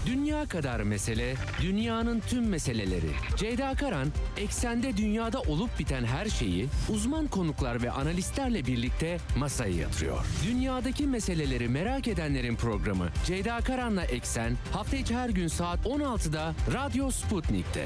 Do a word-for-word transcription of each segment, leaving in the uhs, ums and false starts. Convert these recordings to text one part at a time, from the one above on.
Dünya kadar mesele, dünyanın tüm meseleleri. Ceyda Karan, eksende dünyada olup biten her şeyi uzman konuklar ve analistlerle birlikte masaya yatırıyor. Dünyadaki meseleleri merak edenlerin programı Ceyda Karan'la Eksen, hafta içi her gün saat on altıda Radyo Sputnik'te.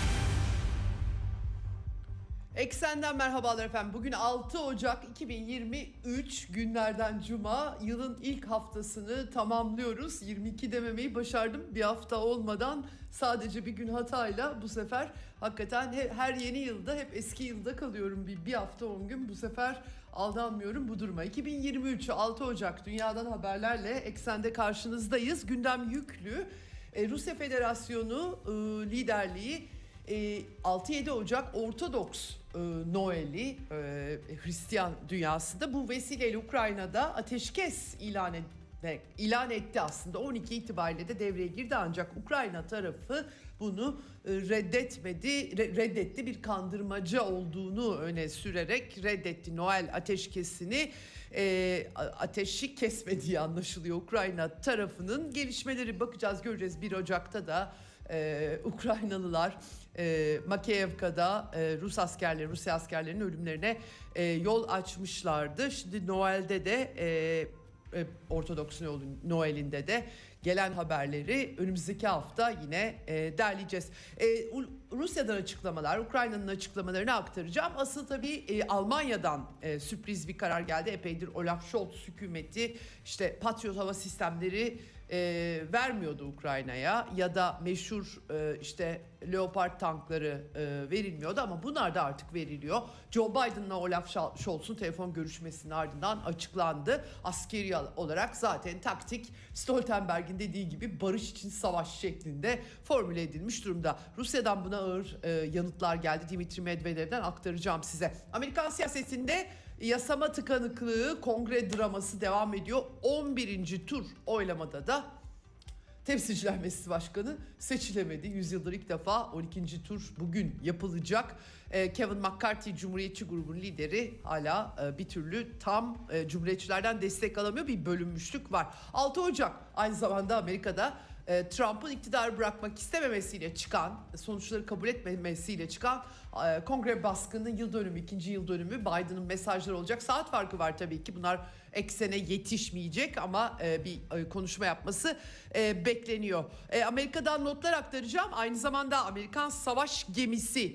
Eksen'den merhabalar efendim. Bugün altı Ocak iki bin yirmi üç, günlerden cuma, yılın ilk haftasını tamamlıyoruz. yirmi iki dememeyi başardım bir hafta olmadan, sadece bir gün hatayla. Bu sefer hakikaten her yeni yılda hep eski yılda kalıyorum, bir, bir hafta on gün. Bu sefer aldanmıyorum bu duruma. iki bin yirmi üç altı Ocak dünyadan haberlerle Eksen'de karşınızdayız. Gündem yüklü. E, Rusya Federasyonu e, liderliği E, altı yedi Ocak Ortodoks e, Noel'i e, Hristiyan dünyasında, bu vesileyle Ukrayna'da ateşkes ilan, et, ilan etti aslında. on iki itibariyle de devreye girdi, ancak Ukrayna tarafı bunu e, reddetmedi, re, reddetti. Bir kandırmaca olduğunu öne sürerek reddetti Noel ateşkesini. E, ateşi kesmediği anlaşılıyor Ukrayna tarafının. Gelişmeleri bakacağız, göreceğiz. bir Ocak'ta da Ee, Ukraynalılar e, Makeyevka'da e, Rus askerleri, Rusya askerlerinin ölümlerine e, yol açmışlardı. Şimdi Noel'de de e, e, Ortodoks Noel'inde de gelen haberleri önümüzdeki hafta yine e, derleyeceğiz. E, Rusya'dan açıklamalar, Ukrayna'nın açıklamalarını aktaracağım. Asıl tabii e, Almanya'dan e, sürpriz bir karar geldi. Epeydir Olaf Scholz hükümeti işte Patriot hava sistemleri e, vermiyordu Ukrayna'ya, ya da meşhur e, işte Leopard tankları e, verilmiyordu, ama bunlar da artık veriliyor. Joe Biden'la Olaf Scholz'un telefon görüşmesinin ardından açıklandı. Askeri olarak zaten taktik, Stoltenberg'in dediği gibi barış için savaş şeklinde formüle edilmiş durumda. Rusya'dan buna ağır e, yanıtlar geldi. Dimitri Medvedev'den aktaracağım size. Amerikan siyasetinde yasama tıkanıklığı, kongre draması devam ediyor. on birinci tur oylamada da Temsilciler Meclisi Başkanı seçilemedi. yüz yıldır ilk defa on ikinci tur bugün yapılacak. Kevin McCarthy, Cumhuriyetçi grubun lideri, hala bir türlü tam Cumhuriyetçilerden destek alamıyor. Bir bölünmüşlük var. altı Ocak aynı zamanda Amerika'da Trump'ın iktidarı bırakmak istememesiyle çıkan, sonuçları kabul etmemesiyle çıkan kongre baskının yıl dönümü, ikinci yıl dönümü. Biden'ın mesajları olacak. Saat farkı var tabii ki. Bunlar eksene yetişmeyecek ama bir konuşma yapması bekleniyor. Amerika'dan notlar aktaracağım. Aynı zamanda Amerikan savaş gemisi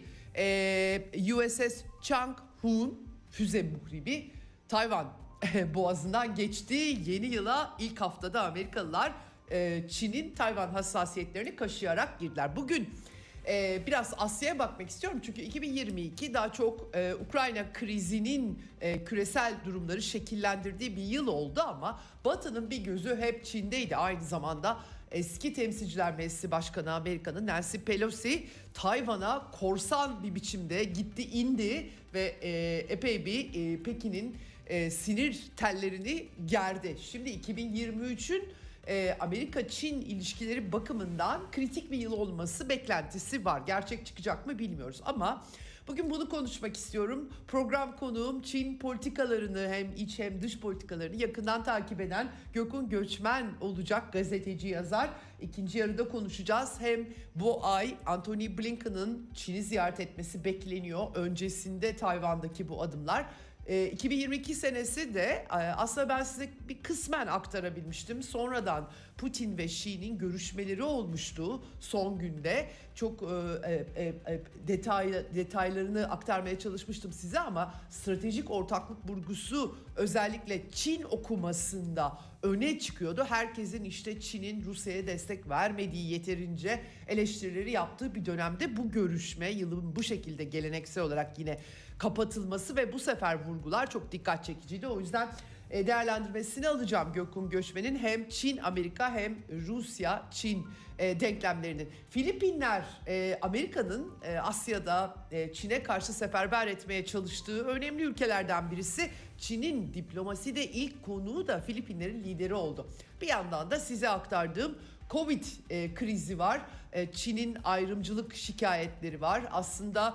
U S S Changhoon füze muhribi Tayvan boğazından geçti. Yeni yıla ilk haftada Amerikalılar Çin'in Tayvan hassasiyetlerini kaşıyarak girdiler. Bugün e, biraz Asya'ya bakmak istiyorum, çünkü iki bin yirmi iki daha çok e, Ukrayna krizinin e, küresel durumları şekillendirdiği bir yıl oldu, ama Batı'nın bir gözü hep Çin'deydi. Aynı zamanda eski Temsilciler Meclisi Başkanı Amerika'nın Nancy Pelosi Tayvan'a korsan bir biçimde gitti, indi ve e, epey bir e, Pekin'in e, sinir tellerini gerdi. Şimdi iki bin yirmi üçün Amerika-Çin ilişkileri bakımından kritik bir yıl olması beklentisi var. Gerçek çıkacak mı bilmiyoruz, ama bugün bunu konuşmak istiyorum. Program konuğum, Çin politikalarını, hem iç hem dış politikalarını yakından takip eden Gökhan Göçmen olacak, gazeteci, yazar. İkinci yarıda konuşacağız. Hem bu ay Antony Blinken'ın Çin'i ziyaret etmesi bekleniyor. Öncesinde Tayvan'daki bu adımlar. iki bin yirmi iki senesi de aslında ben size bir kısmen aktarabilmiştim. Sonradan Putin ve Xi'nin görüşmeleri olmuştu son günde. Çok e, e, e, detay detaylarını aktarmaya çalışmıştım size, ama stratejik ortaklık vurgusu özellikle Çin okumasında öne çıkıyordu. Herkesin işte Çin'in Rusya'ya destek vermediği, yeterince eleştirileri yaptığı bir dönemde bu görüşme, yılın bu şekilde geleneksel olarak yine kapatılması ve bu sefer vurgular çok dikkat çekiciydi. O yüzden değerlendirmesini alacağım Gökhan Göçmen'in, hem Çin-Amerika hem Rusya-Çin denklemlerinin. Filipinler, Amerika'nın Asya'da Çin'e karşı seferber etmeye çalıştığı önemli ülkelerden birisi. Çin'in diplomaside ilk konuğu da Filipinlerin lideri oldu. Bir yandan da size aktardığım Covid krizi var. Çin'in ayrımcılık şikayetleri var. Aslında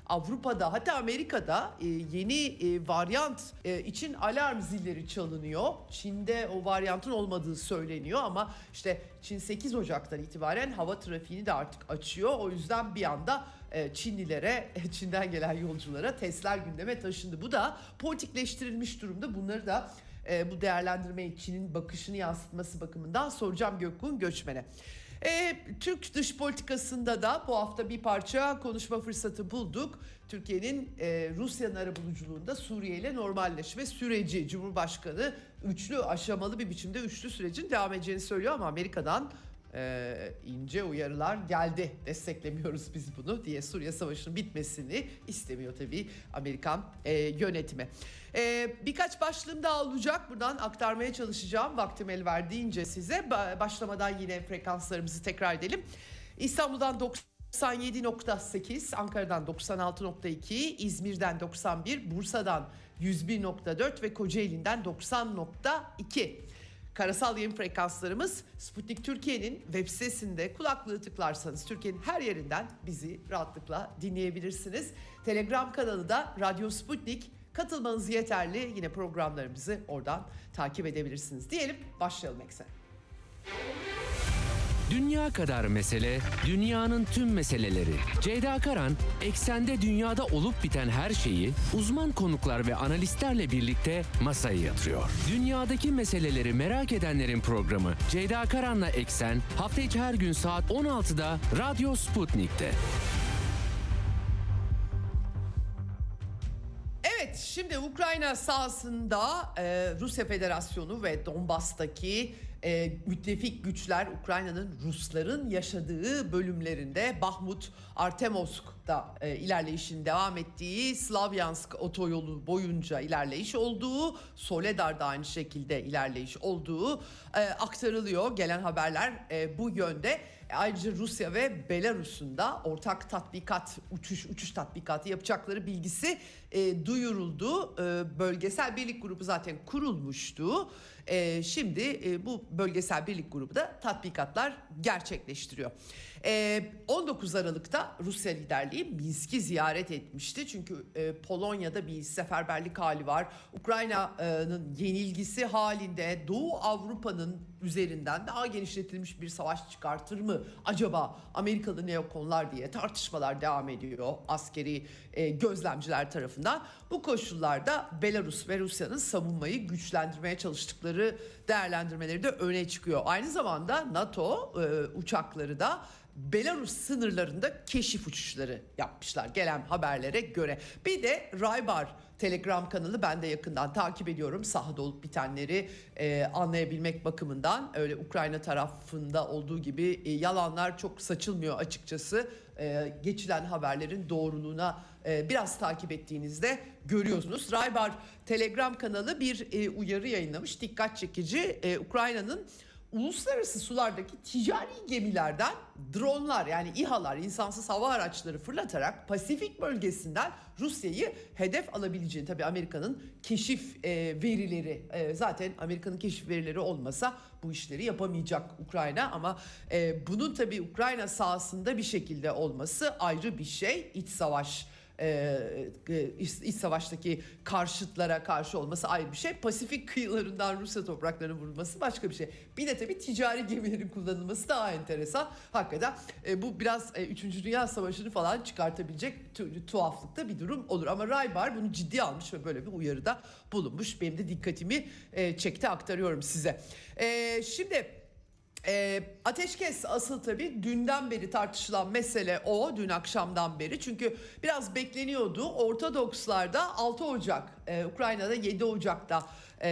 Avrupa'da hatta Amerika'da e, yeni e, varyant e, için alarm zilleri çalınıyor. Çin'de o varyantın olmadığı söyleniyor ama işte Çin sekiz Ocak'tan itibaren hava trafiğini de artık açıyor. O yüzden bir anda e, Çinlilere, Çin'den gelen yolculara testler gündeme taşındı. Bu da politikleştirilmiş durumda. Bunları da e, bu değerlendirmeyi Çin'in bakışını yansıtması bakımından soracağım Gökhan Göçmen'e. E, Türk dış politikasında da bu hafta bir parça konuşma fırsatı bulduk. Türkiye'nin e, Rusya'nın arabuluculuğunda Suriye ile normalleşme süreci, Cumhurbaşkanı üçlü aşamalı bir biçimde üçlü sürecin devam edeceğini söylüyor ama Amerika'dan e, ince uyarılar geldi. Desteklemiyoruz biz bunu diye, Suriye Savaşı'nın bitmesini istemiyor tabii Amerikan e, yönetimi. Ee, birkaç başlığım daha olacak. Buradan aktarmaya çalışacağım vaktim el verdiğince size. Ba- başlamadan yine frekanslarımızı tekrar edelim. İstanbul'dan doksan yedi nokta sekiz, Ankara'dan doksan altı nokta iki, İzmir'den doksan bir, Bursa'dan yüz bir nokta dört ve Kocaeli'nden doksan nokta iki. Karasal yayın frekanslarımız Sputnik Türkiye'nin web sitesinde kulaklığı tıklarsanız Türkiye'nin her yerinden bizi rahatlıkla dinleyebilirsiniz. Telegram kanalı da Radyo Sputnik. Katılmanız yeterli. Yine programlarımızı oradan takip edebilirsiniz. Diyelim başlayalım Eksen. Dünya kadar mesele, dünyanın tüm meseleleri. Ceyda Karan, Eksen'de dünyada olup biten her şeyi uzman konuklar ve analistlerle birlikte masaya yatırıyor. Dünyadaki meseleleri merak edenlerin programı Ceyda Karan'la Eksen, hafta içi her gün saat on altıda Radyo Sputnik'te. Evet, şimdi Ukrayna sahasında e, Rusya Federasyonu ve Donbas'taki e, müttefik güçler Ukrayna'nın Rusların yaşadığı bölümlerinde Bahmut, Artemovsk'ta e, ilerleyişin devam ettiği, Slavyansk otoyolu boyunca ilerleyiş olduğu, Soledar'da aynı şekilde ilerleyiş olduğu e, aktarılıyor. Gelen haberler e, bu yönde. Ayrıca Rusya ve Belarus'un da ortak tatbikat, uçuş uçuş tatbikatı yapacakları bilgisi e, duyuruldu. E, bölgesel birlik grubu zaten kurulmuştu. E, şimdi e, bu bölgesel birlik grubu da tatbikatlar gerçekleştiriyor. E, on dokuz Aralık'ta Rusya liderliği Minsk'i ziyaret etmişti. Çünkü e, Polonya'da bir seferberlik hali var. Ukrayna'nın yenilgisi halinde Doğu Avrupa'nın üzerinden daha genişletilmiş bir savaş çıkartır mı acaba Amerikalı neokonlar diye tartışmalar devam ediyor askeri e, gözlemciler tarafından. Bu koşullarda Belarus ve Rusya'nın savunmayı güçlendirmeye çalıştıkları değerlendirmeleri de öne çıkıyor. Aynı zamanda NATO e, uçakları da Belarus sınırlarında keşif uçuşları yapmışlar gelen haberlere göre. Bir de Raybar Telegram kanalı, ben de yakından takip ediyorum sahada olup bitenleri e, anlayabilmek bakımından. Öyle Ukrayna tarafında olduğu gibi e, yalanlar çok saçılmıyor açıkçası. E, geçilen haberlerin doğruluğuna e, biraz takip ettiğinizde görüyorsunuz. Raybar Telegram kanalı bir e, uyarı yayınlamış, dikkat çekici. E, Ukrayna'nın uluslararası sulardaki ticari gemilerden dronlar, yani İHA'lar, insansız hava araçları fırlatarak Pasifik bölgesinden Rusya'yı hedef alabileceğini, tabii Amerika'nın keşif e, verileri e, zaten Amerika'nın keşif verileri olmasa bu işleri yapamayacak Ukrayna, ama e, bunun tabii Ukrayna sahasında bir şekilde olması ayrı bir şey. İç savaş Ee, iç savaştaki karşıtlara karşı olması ayrı bir şey. Pasifik kıyılarından Rusya topraklarına vurulması başka bir şey. Bir de tabii ticari gemilerin kullanılması daha enteresan. Hakikaten e, bu biraz e, üçüncü. Dünya Savaşı'nı falan çıkartabilecek tu- tuhaflıkta bir durum olur. Ama Raybar bunu ciddiye almış ve böyle bir uyarıda bulunmuş. Benim de dikkatimi e, çekti, aktarıyorum size. E, şimdi... E, ateşkes asıl tabii dünden beri tartışılan mesele o, dün akşamdan beri. Çünkü biraz bekleniyordu. Ortodokslar da altı Ocak, e, Ukrayna'da yedi Ocak'ta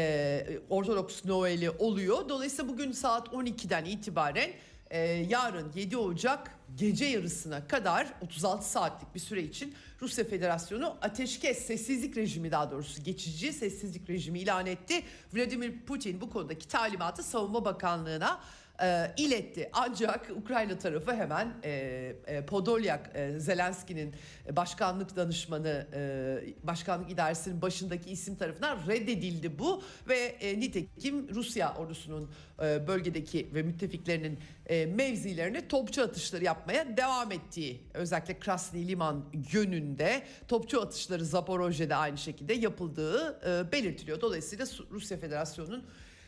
e, Ortodoks Noel'i oluyor. Dolayısıyla bugün saat on ikiden itibaren e, yarın yedi Ocak gece yarısına kadar otuz altı saatlik bir süre için Rusya Federasyonu ateşkes, sessizlik rejimi, daha doğrusu geçici sessizlik rejimi ilan etti. Vladimir Putin bu konudaki talimatı Savunma Bakanlığı'na e, iletti. Ancak Ukrayna tarafı hemen e, e, Podolyak, e, Zelenski'nin başkanlık danışmanı, e, başkanlık idaresinin başındaki isim tarafından reddedildi bu ve e, nitekim Rusya ordusunun e, bölgedeki ve müttefiklerinin e, mevzilerine topçu atışları yapmaya devam ettiği, özellikle Krasny Liman yönünde topçu atışları Zaporojye'de aynı şekilde yapıldığı e, belirtiliyor. Dolayısıyla Rusya Federasyonu'nun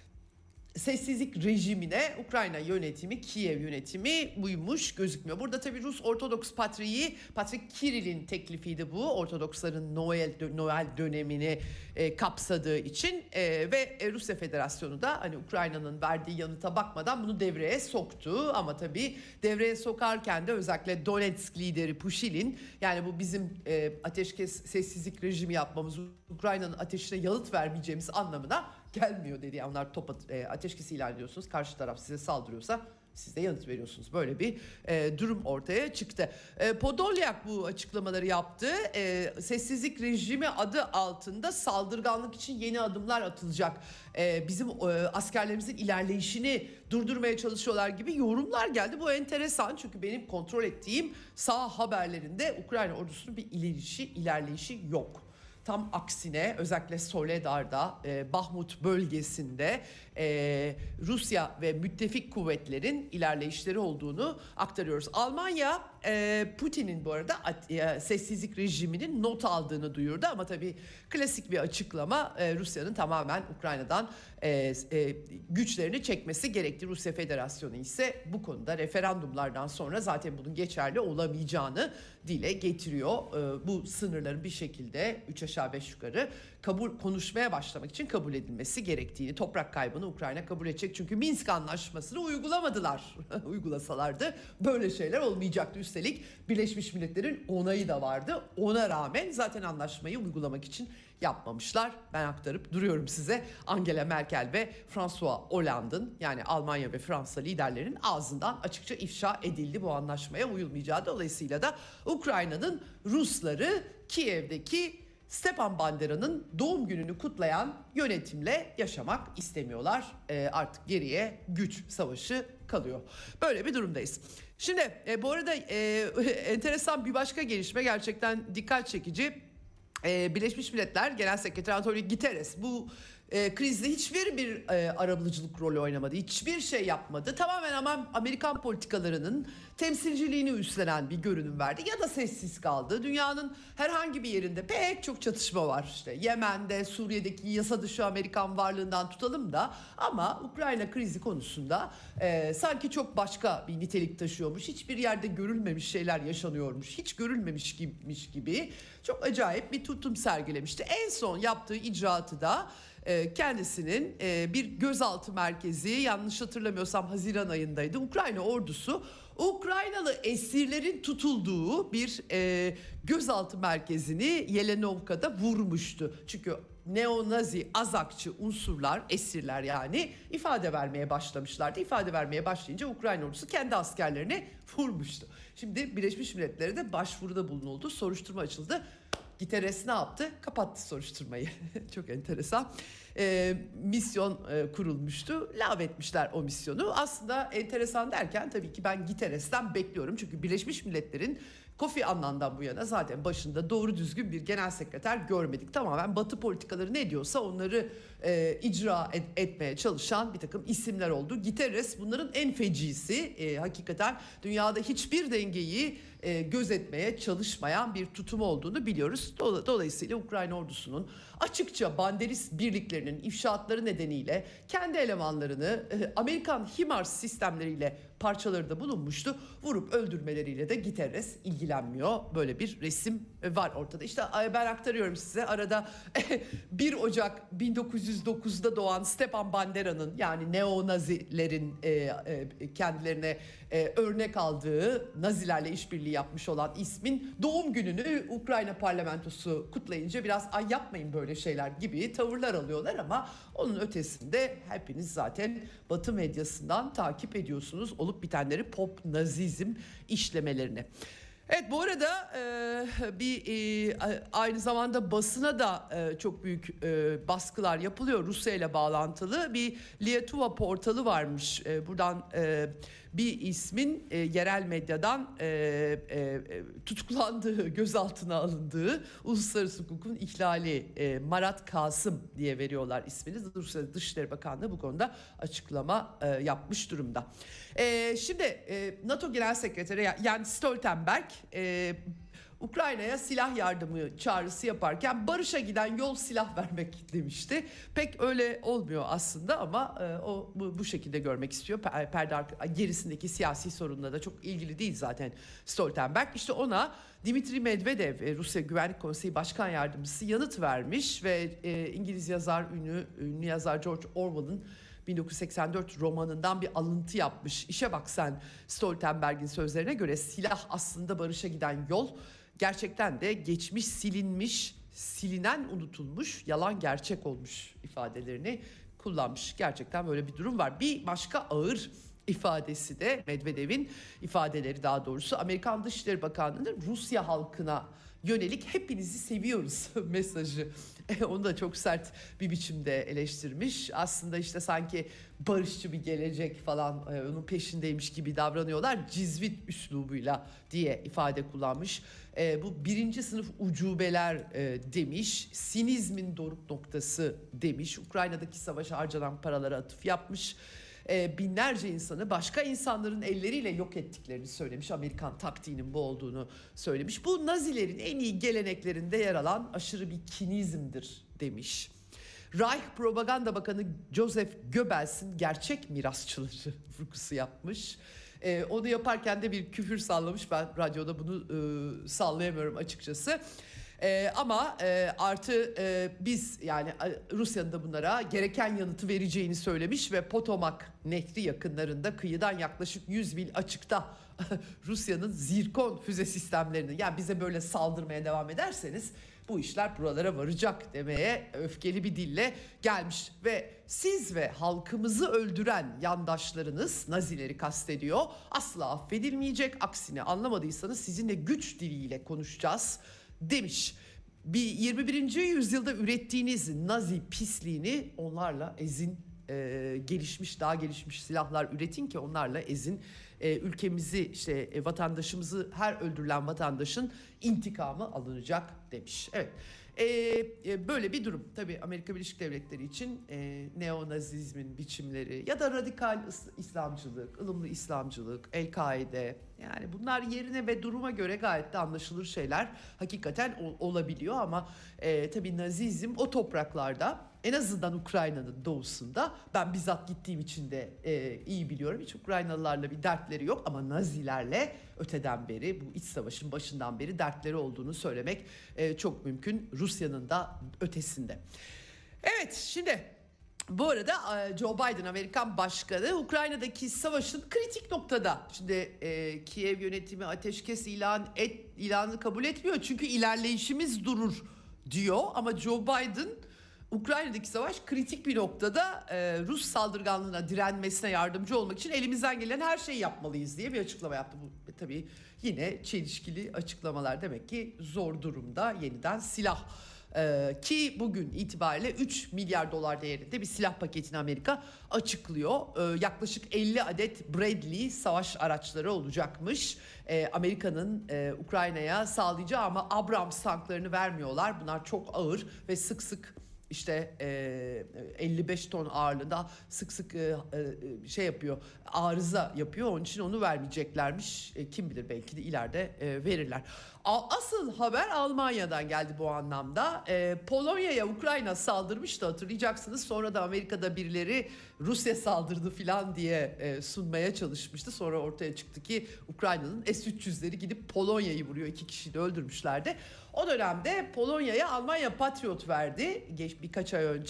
sessizlik rejimine Ukrayna yönetimi, Kiev yönetimi uymuş gözükmüyor. Burada tabii Rus Ortodoks Patriği, Patrik Kirill'in teklifiydi bu. Ortodoksların Noel Noel dönemini e, kapsadığı için e, ve Rusya Federasyonu da hani Ukrayna'nın verdiği yanıta bakmadan bunu devreye soktu. Ama tabii devreye sokarken de özellikle Donetsk lideri Pushilin, yani bu bizim e, ateşkes sessizlik rejimi yapmamız, Ukrayna'nın ateşine yanıt vermeyeceğimiz anlamına gelmiyor dedi. Yani onlar top at- e, ateşkes ilan ediyorsunuz. Karşı taraf size saldırıyorsa siz de yanıt veriyorsunuz. Böyle bir e, durum ortaya çıktı. E, Podolyak bu açıklamaları yaptı. E, sessizlik rejimi adı altında saldırganlık için yeni adımlar atılacak. E, bizim e, askerlerimizin ilerleyişini durdurmaya çalışıyorlar gibi yorumlar geldi. Bu enteresan çünkü benim kontrol ettiğim saha haberlerinde Ukrayna ordusunun bir ilerişi, ilerleyişi yok. Tam aksine özellikle Soledar'da, e, Bahmut bölgesinde e, Rusya ve müttefik kuvvetlerin ilerleyişleri olduğunu aktarıyoruz. Almanya e, Putin'in bu arada e, sessizlik rejiminin not aldığını duyurdu ama tabii klasik bir açıklama, e, Rusya'nın tamamen Ukrayna'dan e, e, güçlerini çekmesi gerekti. Rusya Federasyonu ise bu konuda referandumlardan sonra zaten bunun geçerli olamayacağını dile getiriyor. E, bu sınırların bir şekilde üç aşağı beş yukarı kabul konuşmaya başlamak için kabul edilmesi gerektiğini, toprak kaybını Ukrayna kabul edecek. Çünkü Minsk Anlaşması'nı uygulamadılar. Uygulasalardı böyle şeyler olmayacaktı. Üstelik Birleşmiş Milletler'in onayı da vardı. Ona rağmen zaten anlaşmayı uygulamak için yapmamışlar. Ben aktarıp duruyorum size. Angela Merkel ve François Hollande'ın, yani Almanya ve Fransa liderlerinin ağzından açıkça ifşa edildi bu anlaşmaya uyulmayacağı. Dolayısıyla da Ukrayna'nın Rusları Kiev'deki Stepan Bandera'nın doğum gününü kutlayan yönetimle yaşamak istemiyorlar. E, artık geriye güç savaşı kalıyor. Böyle bir durumdayız. Şimdi e, bu arada e, enteresan bir başka gelişme, gerçekten dikkat çekici. E, Birleşmiş Milletler Genel Sekreteri Antonio Guterres bu e, krizde hiçbir bir e, arabuluculuk rolü oynamadı. Hiçbir şey yapmadı. Tamamen ama Amerikan politikalarının temsilciliğini üstlenen bir görünüm verdi ya da sessiz kaldı. Dünyanın herhangi bir yerinde pek çok çatışma var. İşte Yemen'de, Suriye'deki yasa dışı Amerikan varlığından tutalım da, ama Ukrayna krizi konusunda e, sanki çok başka bir nitelik taşıyormuş. Hiçbir yerde görülmemiş şeyler yaşanıyormuş. Hiç görülmemiş gibiymiş gibi çok acayip bir tutum sergilemişti. En son yaptığı icraatı da kendisinin bir gözaltı merkezi, yanlış hatırlamıyorsam Haziran ayındaydı. Ukrayna ordusu Ukraynalı esirlerin tutulduğu bir e, gözaltı merkezini Yelenovka'da vurmuştu. Çünkü neonazi, azakçı unsurlar, esirler yani ifade vermeye başlamışlardı. İfade vermeye başlayınca Ukrayna ordusu kendi askerlerini vurmuştu. Şimdi Birleşmiş Milletler'e de başvuruda bulunuldu, soruşturma açıldı. Guterres ne yaptı? Kapattı soruşturmayı. Çok enteresan. E, misyon e, kurulmuştu. Lağvetmişler o misyonu. Aslında enteresan derken tabii ki ben Guterres'ten bekliyorum. Çünkü Birleşmiş Milletler'in Kofi Annan'dan bu yana zaten başında doğru düzgün bir genel sekreter görmedik. Tamamen Batı politikaları ne diyorsa onları e, icra et, etmeye çalışan bir takım isimler oldu. Guterres bunların en fecisi. E, hakikaten dünyada hiçbir dengeyi e, gözetmeye çalışmayan bir tutum olduğunu biliyoruz. Dolayısıyla Ukrayna ordusunun açıkça banderist birliklerinin ifşaatları nedeniyle kendi elemanlarını e, Amerikan HIMARS sistemleriyle parçaları da bulunmuştu. Vurup öldürmeleriyle de Guterres ilgilenmiyor. Böyle bir resim var ortada. İşte ben aktarıyorum size. Arada bir Ocak bin dokuz yüz dokuzda doğan Stepan Bandera'nın, yani neonazilerin e, e, kendilerine e, örnek aldığı, Nazilerle işbirliği yapmış olan ismin doğum gününü Ukrayna parlamentosu kutlayınca biraz ay yapmayın böyle şeyler gibi tavırlar alıyorlar, ama onun ötesinde hepiniz zaten Batı medyasından takip ediyorsunuz olup bitenleri, pop nazizm işlemelerini. Evet, bu arada e, bir e, aynı zamanda basına da e, çok büyük e, baskılar yapılıyor Rusya ile bağlantılı. Bir Lietuva portalı varmış. E, buradan e, bir ismin e, yerel medyadan e, e, tutuklandığı, gözaltına alındığı, uluslararası hukukun ihlali, e, Marat Kasım diye veriyorlar ismini. Rusya Dışişleri Bakanlığı bu konuda açıklama e, yapmış durumda. E, şimdi e, NATO Genel Sekreteri Jens Stoltenberg e, Ukrayna'ya silah yardımı çağrısı yaparken barışa giden yol silah vermek demişti. Pek öyle olmuyor aslında ama e, o bu, bu şekilde görmek istiyor. Per, perde arka, gerisindeki siyasi sorunla da çok ilgili değil zaten Stoltenberg. İşte ona Dmitri Medvedev, Rusya Güvenlik Konseyi Başkan Yardımcısı yanıt vermiş ve e, İngiliz yazar ünlü, ünlü yazar George Orwell'ın bin dokuz yüz seksen dört romanından bir alıntı yapmış. İşe bak sen, Stoltenberg'in sözlerine göre silah aslında barışa giden yol. Gerçekten de geçmiş, silinmiş, silinen, unutulmuş, yalan gerçek olmuş ifadelerini kullanmış. Gerçekten böyle bir durum var. Bir başka ağır ifadesi de Medvedev'in ifadeleri, daha doğrusu Amerikan Dışişleri Bakanlığı'nın Rusya halkına yönelik hepinizi seviyoruz mesajı. Onu da çok sert bir biçimde eleştirmiş. Aslında işte sanki barışçı bir gelecek falan onun peşindeymiş gibi davranıyorlar. Cizvit üslubuyla diye ifade kullanmış. E, bu birinci sınıf ucubeler e, demiş. Sinizmin doruk noktası demiş. Ukrayna'daki savaşa harcanan paralara atıf yapmış. E, binlerce insanı başka insanların elleriyle yok ettiklerini söylemiş. Amerikan taktiğinin bu olduğunu söylemiş. Bu Nazilerin en iyi geleneklerinde yer alan aşırı bir kinizmdir demiş. Reich Propaganda Bakanı Joseph Goebbels'in gerçek mirasçıları vurgusu yapmış. E, onu yaparken de bir küfür sallamış. Ben radyoda bunu e, sallayamıyorum açıkçası. Ee, ama e, artı e, biz yani Rusya'nın da bunlara gereken yanıtı vereceğini söylemiş ve Potomac Nehri yakınlarında kıyıdan yaklaşık yüz mil açıkta Rusya'nın Zirkon füze sistemlerini, yani bize böyle saldırmaya devam ederseniz bu işler buralara varacak demeye öfkeli bir dille gelmiş. Ve siz ve halkımızı öldüren yandaşlarınız, Nazileri kastediyor, asla affedilmeyecek. Aksine anlamadıysanız sizinle güç diliyle konuşacağız demiş. Bir yirmi birinci yüzyılda ürettiğiniz Nazi pisliğini onlarla ezin, e, gelişmiş, daha gelişmiş silahlar üretin ki onlarla ezin. E, ülkemizi, işte e, vatandaşımızı, her öldürülen vatandaşın intikamı alınacak demiş. Evet. E, e, böyle bir durum. Tabii Amerika Birleşik Devletleri için e, neonazizmin biçimleri ya da radikal İslamcılık, ılımlı İslamcılık, El-Kaide, yani bunlar yerine ve duruma göre gayet de anlaşılır şeyler hakikaten ol, olabiliyor ama e, tabii Nazizm o topraklarda, en azından Ukrayna'nın doğusunda, ben bizzat gittiğim için de e, iyi biliyorum. Hiç Ukraynalılarla bir dertleri yok ama Nazilerle öteden beri, bu iç savaşın başından beri dertleri olduğunu söylemek e, çok mümkün. Rusya'nın da ötesinde. Evet, şimdi bu arada Joe Biden, Amerikan Başkanı, Ukrayna'daki savaşın kritik noktada. Şimdi e, Kiev yönetimi ateşkes ilan et, ilanı kabul etmiyor çünkü ilerleyişimiz durur diyor ama Joe Biden, Ukrayna'daki savaş kritik bir noktada, e, Rus saldırganlığına direnmesine yardımcı olmak için elimizden gelen her şeyi yapmalıyız diye bir açıklama yaptı. Bu e, tabii yine çelişkili açıklamalar, demek ki zor durumda yeniden silah. Ee, ki bugün itibariyle üç milyar dolar değerinde bir silah paketini Amerika açıklıyor. Ee, yaklaşık elli adet Bradley savaş araçları olacakmış. Ee, Amerika'nın e, Ukrayna'ya sağlayacağı ama Abrams tanklarını vermiyorlar. Bunlar çok ağır ve sık sık işte e, elli beş ton ağırlığında sık sık e, e, şey yapıyor, arıza yapıyor. Onun için onu vermeyeceklermiş. E, kim bilir, belki de ileride e, verirler. Asıl haber Almanya'dan geldi bu anlamda. E, Polonya'ya Ukrayna saldırmıştı, hatırlayacaksınız. Sonra da Amerika'da birileri Rusya saldırdı falan diye e, sunmaya çalışmıştı. Sonra ortaya çıktı ki Ukrayna'nın S üç yüzleri gidip Polonya'yı vuruyor. İki kişiyi de öldürmüşlerdi. O dönemde Polonya'ya Almanya Patriot verdi geç birkaç ay önce.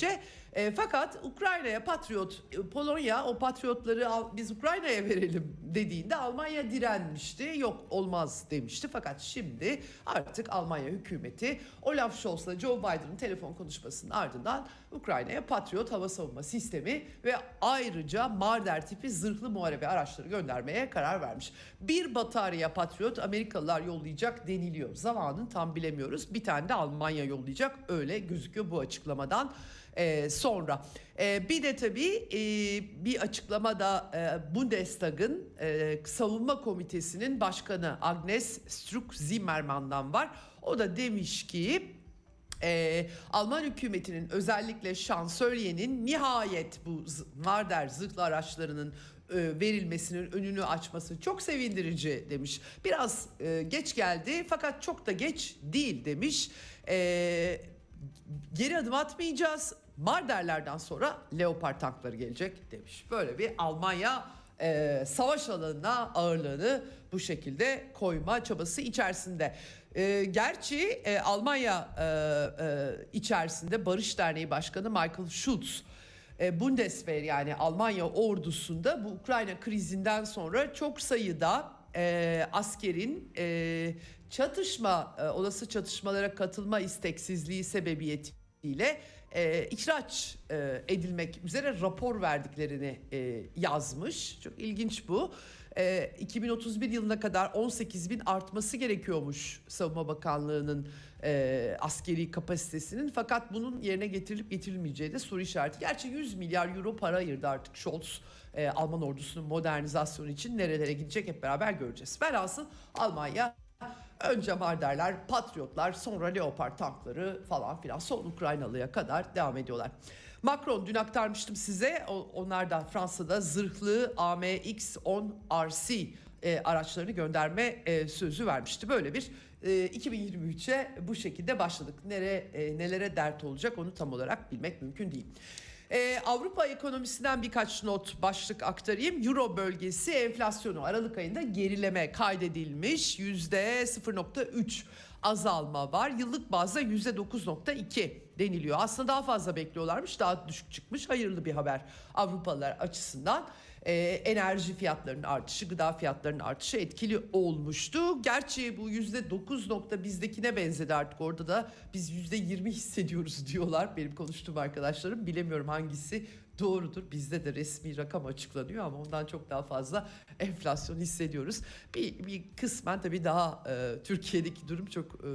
E, fakat Ukrayna'ya Patriot, e, Polonya o Patriotları al, biz Ukrayna'ya verelim dediğinde Almanya direnmişti. Yok olmaz demişti. Fakat şimdi artık Almanya hükümeti Olaf Scholz'la Joe Biden'ın telefon konuşmasının ardından Ukrayna'ya Patriot hava savunma sistemi ve ayrıca Marder tipi zırhlı muharebe araçları göndermeye karar vermiş. Bir batarya Patriot Amerikalılar yollayacak deniliyor. Zamanını tam bilemiyoruz. Bir tane de Almanya yollayacak, öyle gözüküyor bu açıklamadan Ee, sonra. Ee, bir de tabii e, bir açıklamada e, Bundestag'ın e, savunma komitesinin başkanı Agnes Struck-Zimmermann'dan var. O da demiş ki e, Alman hükümetinin özellikle şansölyenin nihayet bu Marder zırhlı araçlarının e, verilmesinin önünü açması çok sevindirici demiş. Biraz e, geç geldi fakat çok da geç değil demiş. E, geri adım atmayacağız. Marderlerden sonra Leopard tankları gelecek demiş. Böyle bir Almanya e, savaş alanına ağırlığını bu şekilde koyma çabası içerisinde. E, gerçi e, Almanya e, e, içerisinde Barış Derneği Başkanı Michael Schulz, e, Bundeswehr yani Almanya ordusunda bu Ukrayna krizinden sonra çok sayıda e, askerin e, çatışma, e, olası çatışmalara katılma isteksizliği sebebiyetiyle e, ihraç e, edilmek üzere rapor verdiklerini e, yazmış. Çok ilginç bu. E, iki bin otuz bir yılına kadar on sekiz bin artması gerekiyormuş Savunma Bakanlığı'nın e, askeri kapasitesinin. Fakat bunun yerine getirilip getirilmeyeceği de soru işareti. Gerçi yüz milyar euro para ayırdı artık Scholz. E, Alman ordusunun modernizasyonu için nerelere gidecek hep beraber göreceğiz. Velhasıl Almanya önce Marderler, Patriotlar, sonra Leopard tankları falan filan son Ukraynalı'ya kadar devam ediyorlar. Macron dün aktarmıştım size, onlar da Fransa'da zırhlı A M X on R C e, araçlarını gönderme e, sözü vermişti. Böyle bir e, iki bin yirmi üçe bu şekilde başladık. Nere, e, nelere dert olacak onu tam olarak bilmek mümkün değil. Ee, Avrupa ekonomisinden birkaç not başlık aktarayım. Euro bölgesi enflasyonu Aralık ayında gerileme kaydedilmiş. yüzde sıfır nokta üç azalma var. Yıllık bazda yüzde dokuz nokta iki deniliyor. Aslında daha fazla bekliyorlarmış. Daha düşük çıkmış. Hayırlı bir haber Avrupalılar açısından. Ee, enerji fiyatlarının artışı, gıda fiyatlarının artışı etkili olmuştu. Gerçi bu yüzde dokuz nokta bizdekine benzedi artık, orada da biz yüzde yirmi hissediyoruz diyorlar. Benim konuştuğum arkadaşlarım, bilemiyorum hangisi doğrudur. Bizde de resmi rakam açıklanıyor ama ondan çok daha fazla enflasyon hissediyoruz. Bir, bir kısmen tabii daha e, Türkiye'deki durum çok e,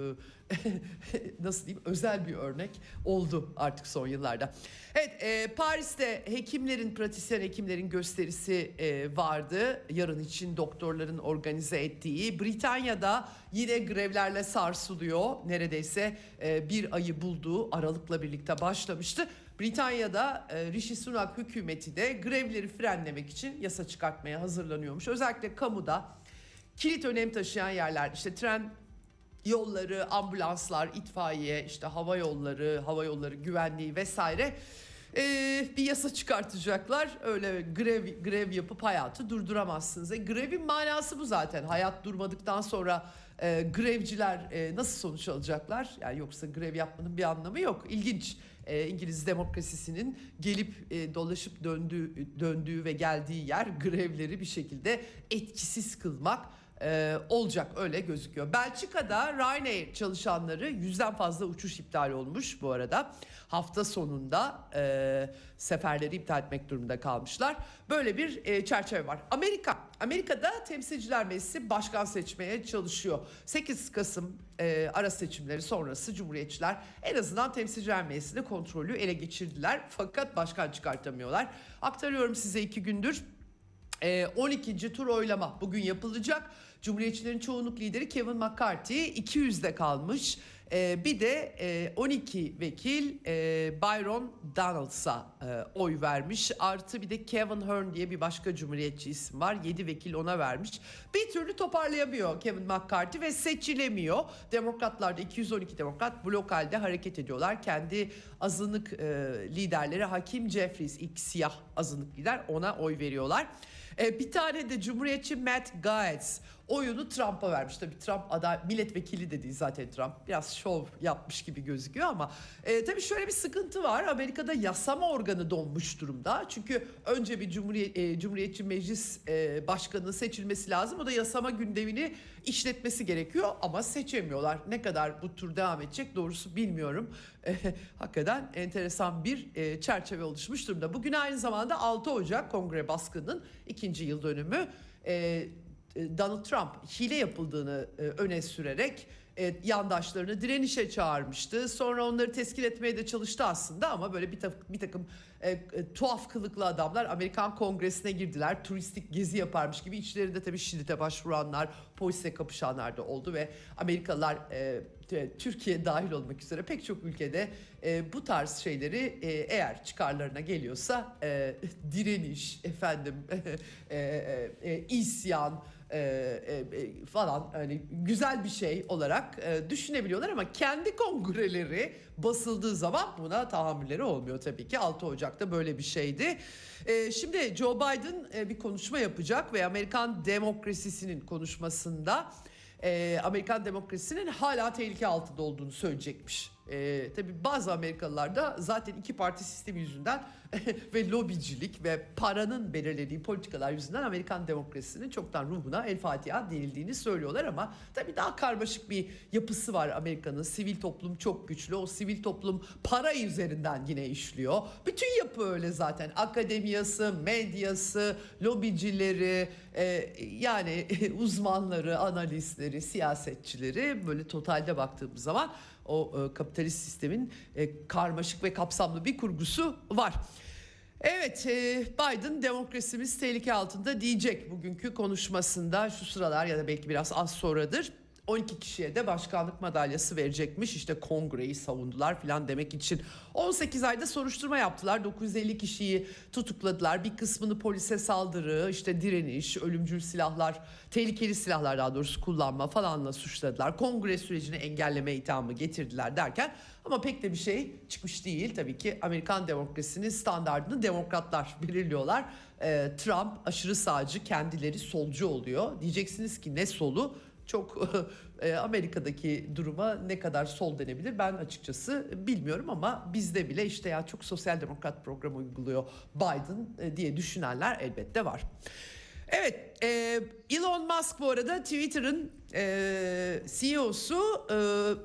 nasıl diyeyim, özel bir örnek oldu artık son yıllarda. Evet, e, Paris'te hekimlerin, pratisyen hekimlerin gösterisi e, vardı. Yarın için doktorların organize ettiği. Britanya'da yine grevlerle sarsılıyor. Neredeyse e, bir ayı bulduğu Aralık'la birlikte başlamıştı. Britanya'da e, Rishi Sunak hükümeti de grevleri frenlemek için yasa çıkartmaya hazırlanıyormuş. Özellikle kamuda kilit önem taşıyan yerler, işte tren yolları, ambulanslar, itfaiye, işte hava yolları, hava yolları güvenliği vesaire ee, bir yasa çıkartacaklar. Öyle grev grev yapıp hayatı durduramazsınız. E, grevin manası bu zaten. Hayat durmadıktan sonra e, grevciler e, nasıl sonuç alacaklar? Yani yoksa grev yapmanın bir anlamı yok. İlginç. E, İngiliz demokrasisinin gelip e, dolaşıp döndüğü, döndüğü ve geldiği yer, grevleri bir şekilde etkisiz kılmak Ee, olacak, öyle gözüküyor. Belçika'da Ryanair çalışanları yüzden fazla uçuş iptal olmuş bu arada. Hafta sonunda e, seferleri iptal etmek durumunda kalmışlar. Böyle bir e, çerçeve var. Amerika, Amerika'da Temsilciler Meclisi başkan seçmeye çalışıyor. sekiz Kasım e, ara seçimleri sonrası Cumhuriyetçiler en azından Temsilciler Meclisi'nde kontrolü ele geçirdiler. Fakat başkan çıkartamıyorlar. Aktarıyorum size iki gündür. on ikinci tur oylama bugün yapılacak. Cumhuriyetçilerin çoğunluk lideri Kevin McCarthy iki yüzde kalmış. Bir de on iki vekil Byron Donalds'a oy vermiş. Artı bir de Kevin Hern diye bir başka cumhuriyetçi isim var. yedi vekil ona vermiş. Bir türlü toparlayamıyor Kevin McCarthy ve seçilemiyor. Demokratlar da iki yüz on iki demokrat blok halde hareket ediyorlar. Kendi azınlık liderleri Hakeem Jeffries, ilk siyah azınlık lider, ona oy veriyorlar. Bir tane de Cumhuriyetçi Matt Gaetz, oyunu Trump'a vermiş. Tabii Trump aday milletvekili de değil zaten Trump. Biraz şov yapmış gibi gözüküyor ama e, tabii şöyle bir sıkıntı var. Amerika'da yasama organı donmuş durumda. Çünkü önce bir Cumhuriyet, e, Cumhuriyetçi Meclis e, Başkanı'nın seçilmesi lazım. O da yasama gündemini işletmesi gerekiyor ama seçemiyorlar. Ne kadar bu tur devam edecek doğrusu bilmiyorum. E, hakikaten enteresan bir e, çerçeve oluşmuş durumda. Bugün aynı zamanda altı Ocak Kongre baskınının ikinci yıl dönümü. E, Donald Trump hile yapıldığını e, öne sürerek e, yandaşlarını direnişe çağırmıştı. Sonra onları teskin etmeye de çalıştı aslında ama böyle bir, ta- bir takım e, e, tuhaf kılıklı adamlar Amerikan Kongresi'ne girdiler. Turistik gezi yaparmış gibi içlerinde tabii şiddete başvuranlar, polisle kapışanlar da oldu ve Amerikalılar e, Türkiye dahil olmak üzere pek çok ülkede e, bu tarz şeyleri e, eğer çıkarlarına geliyorsa e, direniş, efendim e, e, e, isyan e, e, falan hani güzel bir şey olarak e, düşünebiliyorlar ama kendi kongreleri basıldığı zaman buna tahammülleri olmuyor tabii ki. altı Ocak'ta böyle bir şeydi. E, şimdi Joe Biden e, bir konuşma yapacak ve Amerikan demokrasisinin konuşmasında Ee, Amerikan demokrasisinin hala tehlike altında olduğunu söyleyecekmiş. Ee, tabii bazı Amerikalılar da zaten iki parti sistemi yüzünden ve lobicilik ve paranın belirlediği politikalar yüzünden Amerikan demokrasisinin çoktan ruhuna El Fatiha denildiğini söylüyorlar ama tabii daha karmaşık bir yapısı var Amerika'nın. Sivil toplum çok güçlü. O sivil toplum para üzerinden yine işliyor. Bütün yapı öyle zaten. Akademiyası, medyası, lobicileri, e, yani uzmanları, analistleri, siyasetçileri böyle totalde baktığımız zaman o e, kapitalist sistemin e, karmaşık ve kapsamlı bir kurgusu var. Evet, e, Biden demokrasimiz tehlike altında diyecek bugünkü konuşmasında şu sıralar ya da belki biraz az sonradır. on iki kişiye de başkanlık madalyası verecekmiş. İşte kongreyi savundular falan demek için. on sekiz ayda soruşturma yaptılar. dokuz yüz elli kişiyi tutukladılar. Bir kısmını polise saldırı, işte direniş, ölümcül silahlar, tehlikeli silahlar daha doğrusu kullanma falanla suçladılar. Kongre sürecini engelleme ithamı getirdiler derken ama pek de bir şey çıkmış değil. Tabii ki Amerikan demokrasinin standardını demokratlar belirliyorlar. Ee, Trump aşırı sağcı, kendileri solcu oluyor. Diyeceksiniz ki ne solu? Çok e, Amerika'daki duruma ne kadar sol denebilir ben açıkçası bilmiyorum ama bizde bile işte ya çok sosyal demokrat program uyguluyor Biden e, diye düşünenler elbette var. Evet, e, Elon Musk bu arada Twitter'ın e, C E O'su e,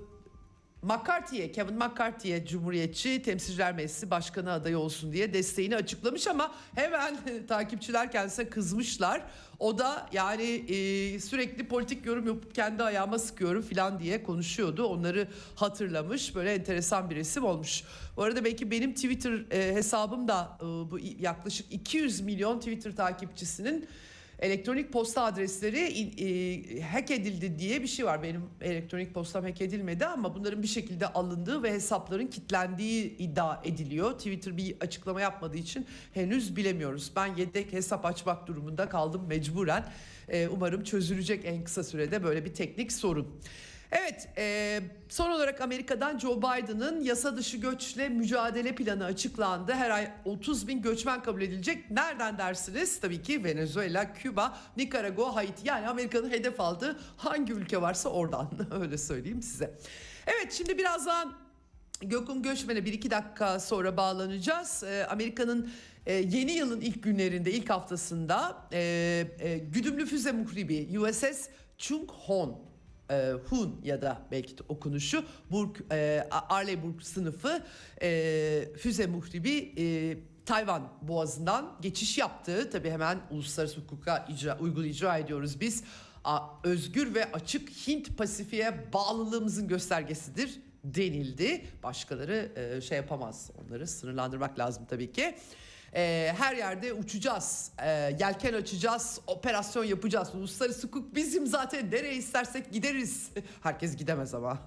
McCarthy'ye, Kevin McCarthy'ye Cumhuriyetçi Temsilciler Meclisi Başkanı adayı olsun diye desteğini açıklamış ama hemen takipçiler kendisine kızmışlar. O da yani e, sürekli politik yorum yapıp kendi ayağıma sıkıyorum falan diye konuşuyordu. Onları hatırlamış. Böyle enteresan bir resim olmuş. Bu arada belki benim Twitter e, hesabım da e, bu yaklaşık iki yüz milyon Twitter takipçisinin elektronik posta adresleri e, hack edildi diye bir şey var. Benim elektronik postam hack edilmedi ama bunların bir şekilde alındığı ve hesapların kilitlendiği iddia ediliyor. Twitter bir açıklama yapmadığı için henüz bilemiyoruz. Ben yedek hesap açmak durumunda kaldım mecburen. E, umarım çözülecek en kısa sürede böyle bir teknik sorun. Evet, e, son olarak Amerika'dan Joe Biden'ın yasa dışı göçle mücadele planı açıklandı. Her ay otuz bin göçmen kabul edilecek. Nereden dersiniz? Tabii ki Venezuela, Küba, Nikaragua, Haiti. Yani Amerika'nın hedef aldığı hangi ülke varsa oradan öyle söyleyeyim size. Evet, şimdi birazdan Gökhan Göçmen'e bir iki dakika sonra bağlanacağız. E, Amerika'nın e, yeni yılın ilk günlerinde, ilk haftasında e, e, güdümlü füze muhribi U S S Chung Hon E, Hun ya da belki de okunuşu Burg, e, Arleigh sınıfı e, füze muhribi e, Tayvan Boğazı'ndan geçiş yaptı. Tabii hemen uluslararası hukuka icra, uygulu icra ediyoruz biz. A, özgür ve açık Hint Pasifik'e bağlılığımızın göstergesidir denildi. Başkaları e, şey yapamaz. Onları sınırlandırmak lazım tabii ki. E, her yerde uçacağız, e, yelken açacağız, operasyon yapacağız. Uluslararası hukuk bizim zaten, nereye istersek gideriz. Herkes gidemez ama.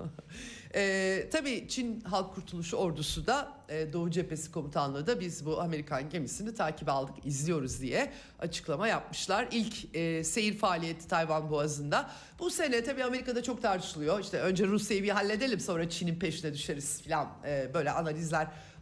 e, tabii Çin Halk Kurtuluşu Ordusu da e, Doğu Cephesi Komutanlığı da biz bu Amerikan gemisini takip aldık, izliyoruz diye açıklama yapmışlar. İlk e, seyir faaliyeti Tayvan Boğazı'nda. Bu sene tabii Amerika'da çok tartışılıyor. İşte önce Rusya'yı bir halledelim sonra Çin'in peşine düşeriz falan, e, böyle analizler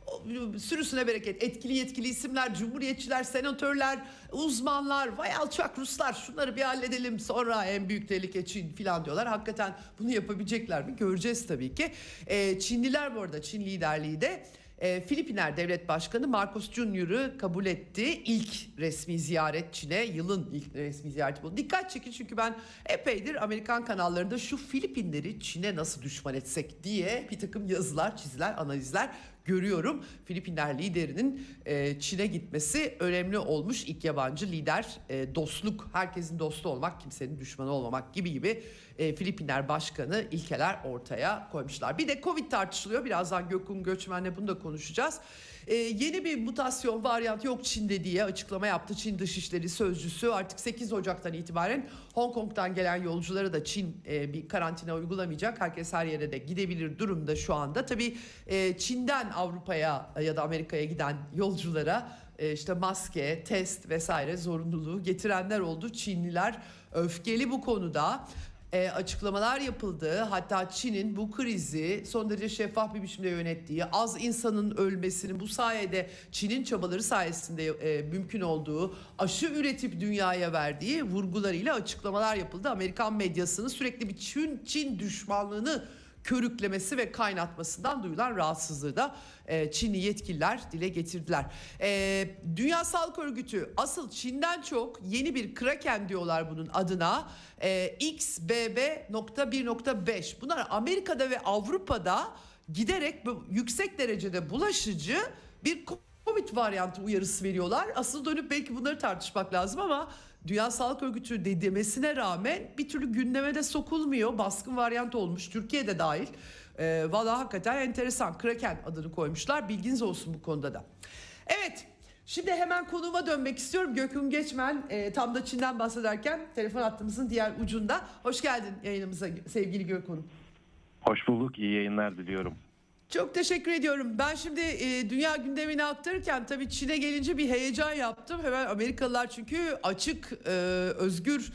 sürüsüne bereket. Etkili yetkili isimler, cumhuriyetçiler, senatörler, uzmanlar, vay alçak Ruslar, şunları bir halledelim sonra en büyük tehlike Çin falan diyorlar. Hakikaten bunu yapabilecekler mi? Göreceğiz tabii ki. Ee, Çinliler bu arada, Çin liderliği de E, Filipinler Devlet Başkanı Marcos Junior'ı kabul etti. İlk resmi ziyaret Çin'e, yılın ilk resmi ziyareti bu. Dikkat çekin çünkü ben epeydir Amerikan kanallarında şu Filipinleri Çin'e nasıl düşman etsek diye bir takım yazılar, çiziler, analizler görüyorum. Filipinler liderinin e, Çin'e gitmesi önemli olmuş. İlk yabancı lider, e, dostluk, herkesin dostu olmak, kimsenin düşmanı olmamak gibi gibi e, Filipinler Başkanı ilkeler ortaya koymuşlar. Bir de Covid tartışılıyor. Birazdan Gökhan Göçmen'le bunu da konuşacağız. Ee, yeni bir mutasyon varyant yok Çin'de diye açıklama yaptı Çin Dışişleri Sözcüsü. Artık sekiz Ocak'tan itibaren Hong Kong'dan gelen yolculara da Çin e, bir karantina uygulamayacak. Herkes her yere de gidebilir durumda şu anda. Tabii e, Çin'den Avrupa'ya ya da Amerika'ya giden yolculara e, işte maske, test vesaire zorunluluğu getirenler oldu. Çinliler öfkeli bu konuda. E, açıklamalar yapıldı. Hatta Çin'in bu krizi son derece şeffaf bir biçimde yönettiği, az insanın ölmesinin bu sayede Çin'in çabaları sayesinde e, mümkün olduğu, aşı üretip dünyaya verdiği vurgularıyla açıklamalar yapıldı. Amerikan medyasının sürekli bir Çin, Çin düşmanlığını körüklemesi ve kaynatmasından duyulan rahatsızlığı da e, Çinli yetkililer dile getirdiler. E, Dünya Sağlık Örgütü asıl Çin'den çok yeni bir kraken diyorlar bunun adına, e, X B B nokta bir nokta beş. Bunlar Amerika'da ve Avrupa'da giderek bu yüksek derecede bulaşıcı bir Covid varyantı uyarısı veriyorlar. Asıl dönüp belki bunları tartışmak lazım ama Dünya Sağlık Örgütü de demesine rağmen bir türlü gündeme de sokulmuyor. Baskın varyant olmuş, Türkiye'de dahil. Ee, Valla hakikaten enteresan. Kraken adını koymuşlar. Bilginiz olsun bu konuda da. Evet, şimdi hemen konuğuma dönmek istiyorum. Gökhan Göçmen e, tam da Çin'den bahsederken telefon hattımızın diğer ucunda. Hoş geldin yayınımıza sevgili Gökhan'ım. Hoş bulduk, iyi yayınlar diliyorum. Çok teşekkür ediyorum. Ben şimdi e, dünya gündemini aktarırken tabii Çin'e gelince bir heyecan yaptım. Hemen Amerikalılar çünkü açık, e, özgür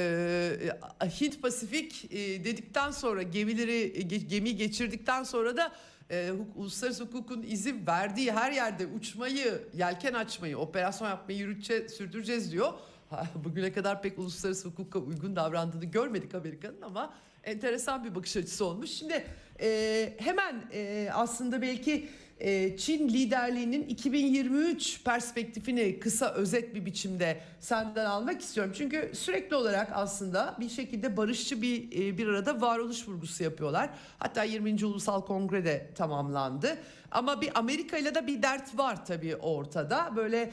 e, Hint Pasifik e, dedikten sonra gemileri ge, gemi geçirdikten sonra da e, uluslararası hukukun izin verdiği her yerde uçmayı, yelken açmayı, operasyon yapmayı yürütçe, sürdüreceğiz diyor. Bugüne kadar pek uluslararası hukuka uygun davrandığını görmedik Amerika'nın ama enteresan bir bakış açısı olmuş. Şimdi e, hemen e, aslında belki e, Çin liderliğinin iki bin yirmi üç perspektifini kısa özet bir biçimde senden almak istiyorum. Çünkü sürekli olarak aslında bir şekilde barışçı bir e, bir arada varoluş vurgusu yapıyorlar. Hatta yirminci Ulusal Kongre'de tamamlandı. Ama bir Amerika ile de bir dert var tabii ortada. Böyle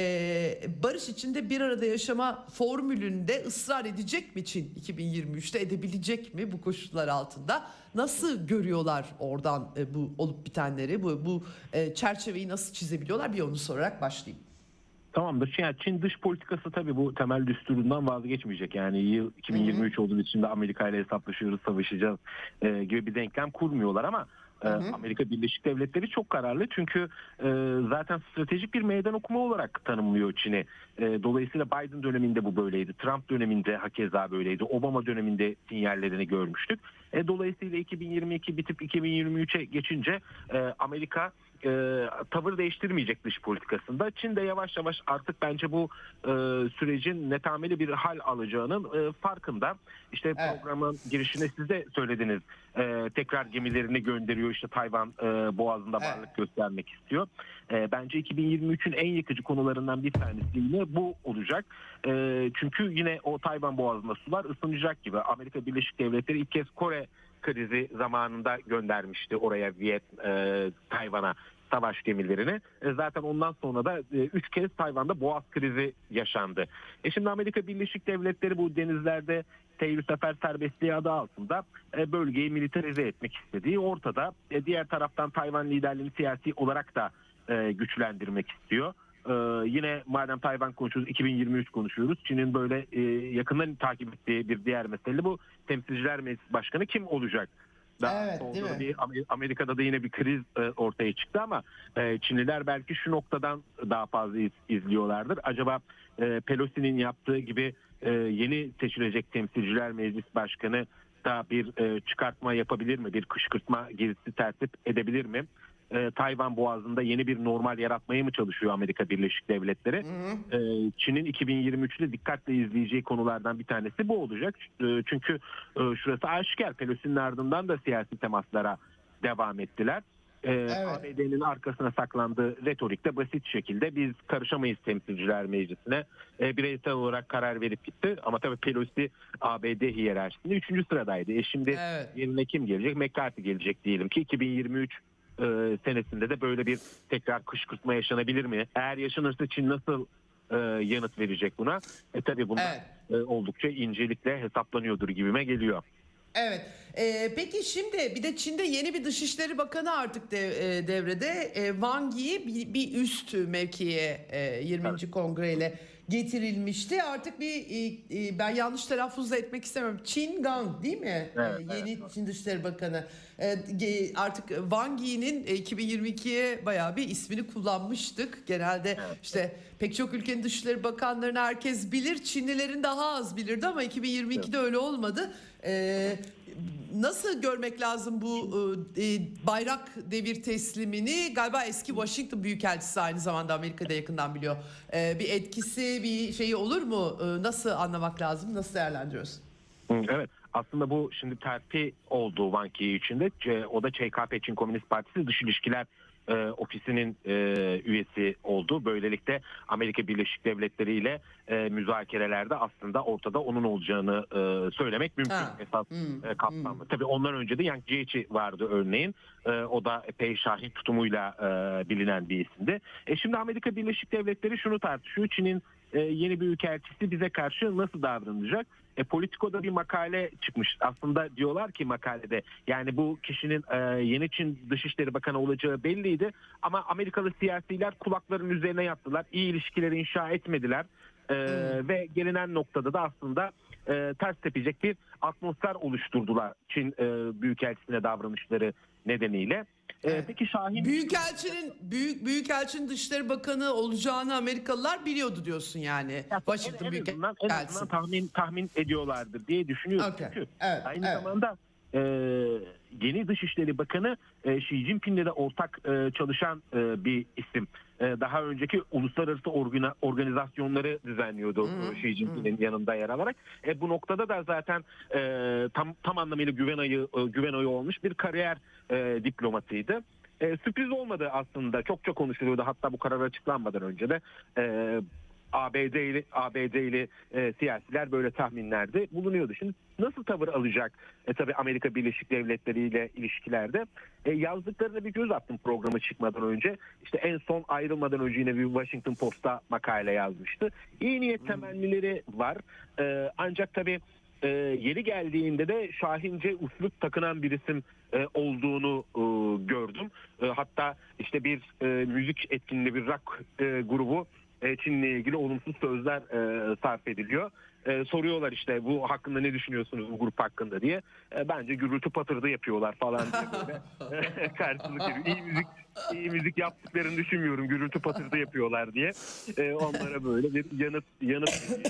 e, barış içinde bir arada yaşama formülünde ısrar edecek mi Çin iki bin yirmi üçte, edebilecek mi bu koşullar altında? Nasıl görüyorlar oradan e, bu olup bitenleri, bu bu e, çerçeveyi nasıl çizebiliyorlar? Bir onu sorarak başlayayım. Tamamdır. Yani Çin dış politikası tabii bu temel düsturundan vazgeçmeyecek. Yani yıl iki bin yirmi üç olduğu için de Amerika ile hesaplaşıyoruz, savaşacağız e, gibi bir denklem kurmuyorlar ama Hı hı. Amerika Birleşik Devletleri çok kararlı çünkü e, zaten stratejik bir meydan okuma olarak tanımlıyor Çin'i. E, dolayısıyla Biden döneminde bu böyleydi. Trump döneminde hakeza böyleydi. Obama döneminde sinyallerini görmüştük. E, dolayısıyla iki bin yirmi iki bitip iki bin yirmi üçe geçince e, Amerika e, tavır değiştirmeyecek dış politikasında. Çin de yavaş yavaş artık bence bu e, sürecin netameli bir hal alacağının e, farkında. İşte evet. Programın girişinde siz de söylediniz. E, tekrar gemilerini gönderiyor. İşte Tayvan e, Boğazı'nda evet. varlık göstermek istiyor. E, bence iki bin yirmi üçün en yıkıcı konularından bir tanesi yine bu olacak. E, çünkü yine o Tayvan Boğazı'nda sular ısınacak gibi. Amerika Birleşik Devletleri ilk kez Kore krizi zamanında göndermişti oraya Viyet, e, Tayvan'a savaş gemilerini. E, zaten ondan sonra da e, üç kez Tayvan'da boğaz krizi yaşandı. E şimdi Amerika Birleşik Devletleri bu denizlerde seyir sefer serbestliği adı altında e, bölgeyi militarize etmek istediği ortada. E, diğer taraftan Tayvan liderliğini siyasi olarak da e, güçlendirmek istiyor. Ee, yine madem Tayvan konuşuyoruz, iki bin yirmi üç konuşuyoruz. Çin'in böyle e, yakından takip ettiği bir diğer mesele bu. Temsilciler Meclisi Başkanı kim olacak? Daha evet, değil mi? Bir, Amerika'da da yine bir kriz e, ortaya çıktı ama e, Çinliler belki şu noktadan daha fazla iz, izliyorlardır. Acaba e, Pelosi'nin yaptığı gibi e, yeni seçilecek Temsilciler Meclisi Başkanı da bir e, çıkartma yapabilir mi? Bir kışkırtma gezisi tertip edebilir mi? e, Tayvan Boğazı'nda yeni bir normal yaratmaya mı çalışıyor Amerika Birleşik Devletleri? Hı hı. E, Çin'in iki bin yirmi üçte dikkatle izleyeceği konulardan bir tanesi bu olacak. E, çünkü e, şurası aşikar. Pelosi'nin ardından da siyasi temaslara devam ettiler. Ee, evet. A B D'nin arkasına saklandığı retorikte basit şekilde biz karışamayız Temsilciler Meclisi'ne e, bireysel olarak karar verip gitti. Ama tabii Pelosi A B D hiyerarşisinde üçüncü sıradaydı. E şimdi evet. yerine kim gelecek? McCarthy gelecek diyelim ki iki bin yirmi üç e, senesinde de böyle bir tekrar kışkırtma yaşanabilir mi? Eğer yaşanırsa Çin nasıl e, yanıt verecek buna? E tabii bunlar evet. e, oldukça incelikle hesaplanıyordur gibime geliyor. Evet. Ee, peki şimdi bir de Çin'de yeni bir Dışişleri Bakanı artık dev, e, devrede. E, Wang Yi bir, bir üst mevkiye e, yirminci Evet. Kongreyle getirilmişti. Artık bir e, e, ben yanlış telaffuz etmek istemem. Qin Gang değil mi? Evet, e, yeni evet. Çin Dışişleri Bakanı. E, artık Wang Yi'nin e, iki bin yirmi ikiye bayağı bir ismini kullanmıştık. Genelde evet. işte pek çok ülkenin Dışişleri Bakanlarını herkes bilir. Çinlilerin daha az bilirdi ama iki bin yirmi ikide evet. öyle olmadı. Ee, nasıl görmek lazım bu e, bayrak devir teslimini? Galiba eski Washington Büyükelçisi aynı zamanda Amerika'da yakından biliyor. Ee, bir etkisi, bir şeyi olur mu? Ee, nasıl anlamak lazım? Nasıl değerlendiriyorsun? Evet. Aslında bu şimdi terfi oldu Wang Yi içinde. O da Ç K P Çin Komünist Partisi Dış İlişkiler e, Ofisi'nin e, üyesi oldu. Böylelikle Amerika Birleşik Devletleri ile e, müzakerelerde aslında ortada onun olacağını e, söylemek mümkün. Ha. Esas hmm. e, kapsamlı. Hmm. Tabii ondan önce de Yang Jiechi vardı örneğin. E, o da epey şahin tutumuyla e, bilinen bir isimdi. E, şimdi Amerika Birleşik Devletleri şunu tartışıyor. Çin'in e, yeni büyükelçisi bize karşı nasıl davranacak? E, Politico'da bir makale çıkmış. Aslında diyorlar ki makalede yani bu kişinin e, yeni Çin Dışişleri Bakanı olacağı belliydi. Ama Amerikalı siyasiler kulaklarının üzerine yattılar. İyi ilişkileri inşa etmediler. E, hmm. Ve gelinen noktada da aslında e, ters tepecek bir atmosfer oluşturdular Çin e, Büyükelçisine davranışları nedeniyle. Ee, peki Şahin Büyükelçinin büyük Büyükelçinin Dışişleri Bakanı olacağını Amerikalılar biliyordu diyorsun yani. Ya, Washington en, en Büyükelçisi. En azından tahmin tahmin ediyorlardır diye düşünüyorum. Okay. Çünkü evet, aynı evet. zamanda e, yeni Dışişleri Bakanı e, Xi Jinping'le de ortak e, çalışan e, bir isim. E, daha önceki uluslararası organa, organizasyonları düzenliyordu hmm. Xi Jinping'in hmm. yanında yer alarak. E, bu noktada da zaten e, tam tam anlamıyla güven ayı e, güven ayı olmuş bir kariyer e, diplomatıydı. E, sürpriz olmadı aslında. Çokça konuşuluyordu. Hatta bu karar açıklanmadan önce de e, A B D'li A B D'li e, siyasiler böyle tahminlerde bulunuyordu. Şimdi nasıl tavır alacak? E, tabii Amerika Birleşik Devletleri ile ilişkilerde e, yazdıklarına bir göz attım programı çıkmadan önce. İşte en son ayrılmadan önce yine bir Washington Post'ta makale yazmıştı. İyi niyet temennileri var. E, ancak tabii e, yeri geldiğinde de şahince üslup takınan bir isim e, olduğunu e, gördüm. E, hatta işte bir e, müzik etkinliği, bir rock e, grubu Çin'le ilgili olumsuz sözler e, sarf ediliyor. E, soruyorlar işte bu hakkında ne düşünüyorsunuz bu grup hakkında diye. E, bence gürültü patırdı yapıyorlar falan diye böyle karşılık veriyor. İyi müzik, iyi müzik yaptıklarını düşünmüyorum. Gürültü patırdı yapıyorlar diye. E, onlara böyle bir yanıt yanıt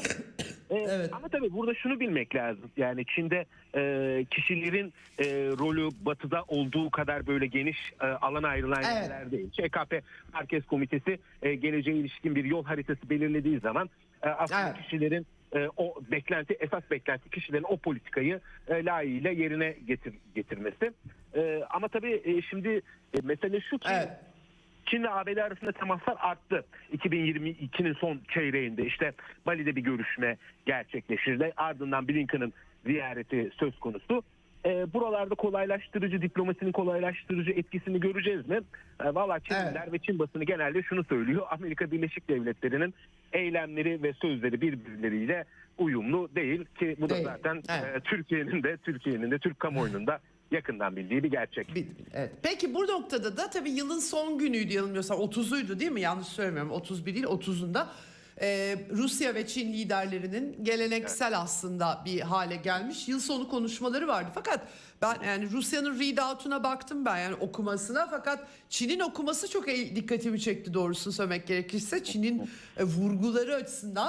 e, evet. Ama tabii burada şunu bilmek lazım. Yani Çin'de e, kişilerin e, rolü Batı'da olduğu kadar böyle geniş e, alana ayrılan evet. yerler değil. Ç K P Merkez Komitesi e, geleceğe ilişkin bir yol haritası belirlediği zaman e, aslında evet. kişilerin e, o beklenti, esas beklenti kişilerin o politikayı e, layığıyla yerine getir, getirmesi. E, ama tabii e, şimdi e, mesele şu ki evet. Çin ile A B D arasında temaslar arttı. iki bin yirmi ikinin son çeyreğinde işte Bali'de bir görüşme gerçekleşirdi. Ardından Blinken'ın ziyareti söz konusu. E, buralarda kolaylaştırıcı, diplomasinin kolaylaştırıcı etkisini göreceğiz mi? E, Valla Çinliler evet. ve Çin basını genelde şunu söylüyor. Amerika Birleşik Devletleri'nin eylemleri ve sözleri birbirleriyle uyumlu değil ki bu da değil. zaten evet. e, Türkiye'nin de Türkiye'nin de Türk kamuoyunun da yakından bildiği bir gerçek. Evet. Peki bu noktada da tabii yılın son günüydü yanılmıyorsam otuzuydu değil mi? Yanlış söylemiyorum. otuz bir değil otuzunda. Ee, Rusya ve Çin liderlerinin geleneksel evet. aslında bir hale gelmiş yıl sonu konuşmaları vardı. Fakat ben yani Rusya'nın readout'una baktım ben yani okumasına fakat Çin'in okuması çok dikkatimi çekti doğrusunu söylemek gerekirse. Çin'in e, vurguları açısından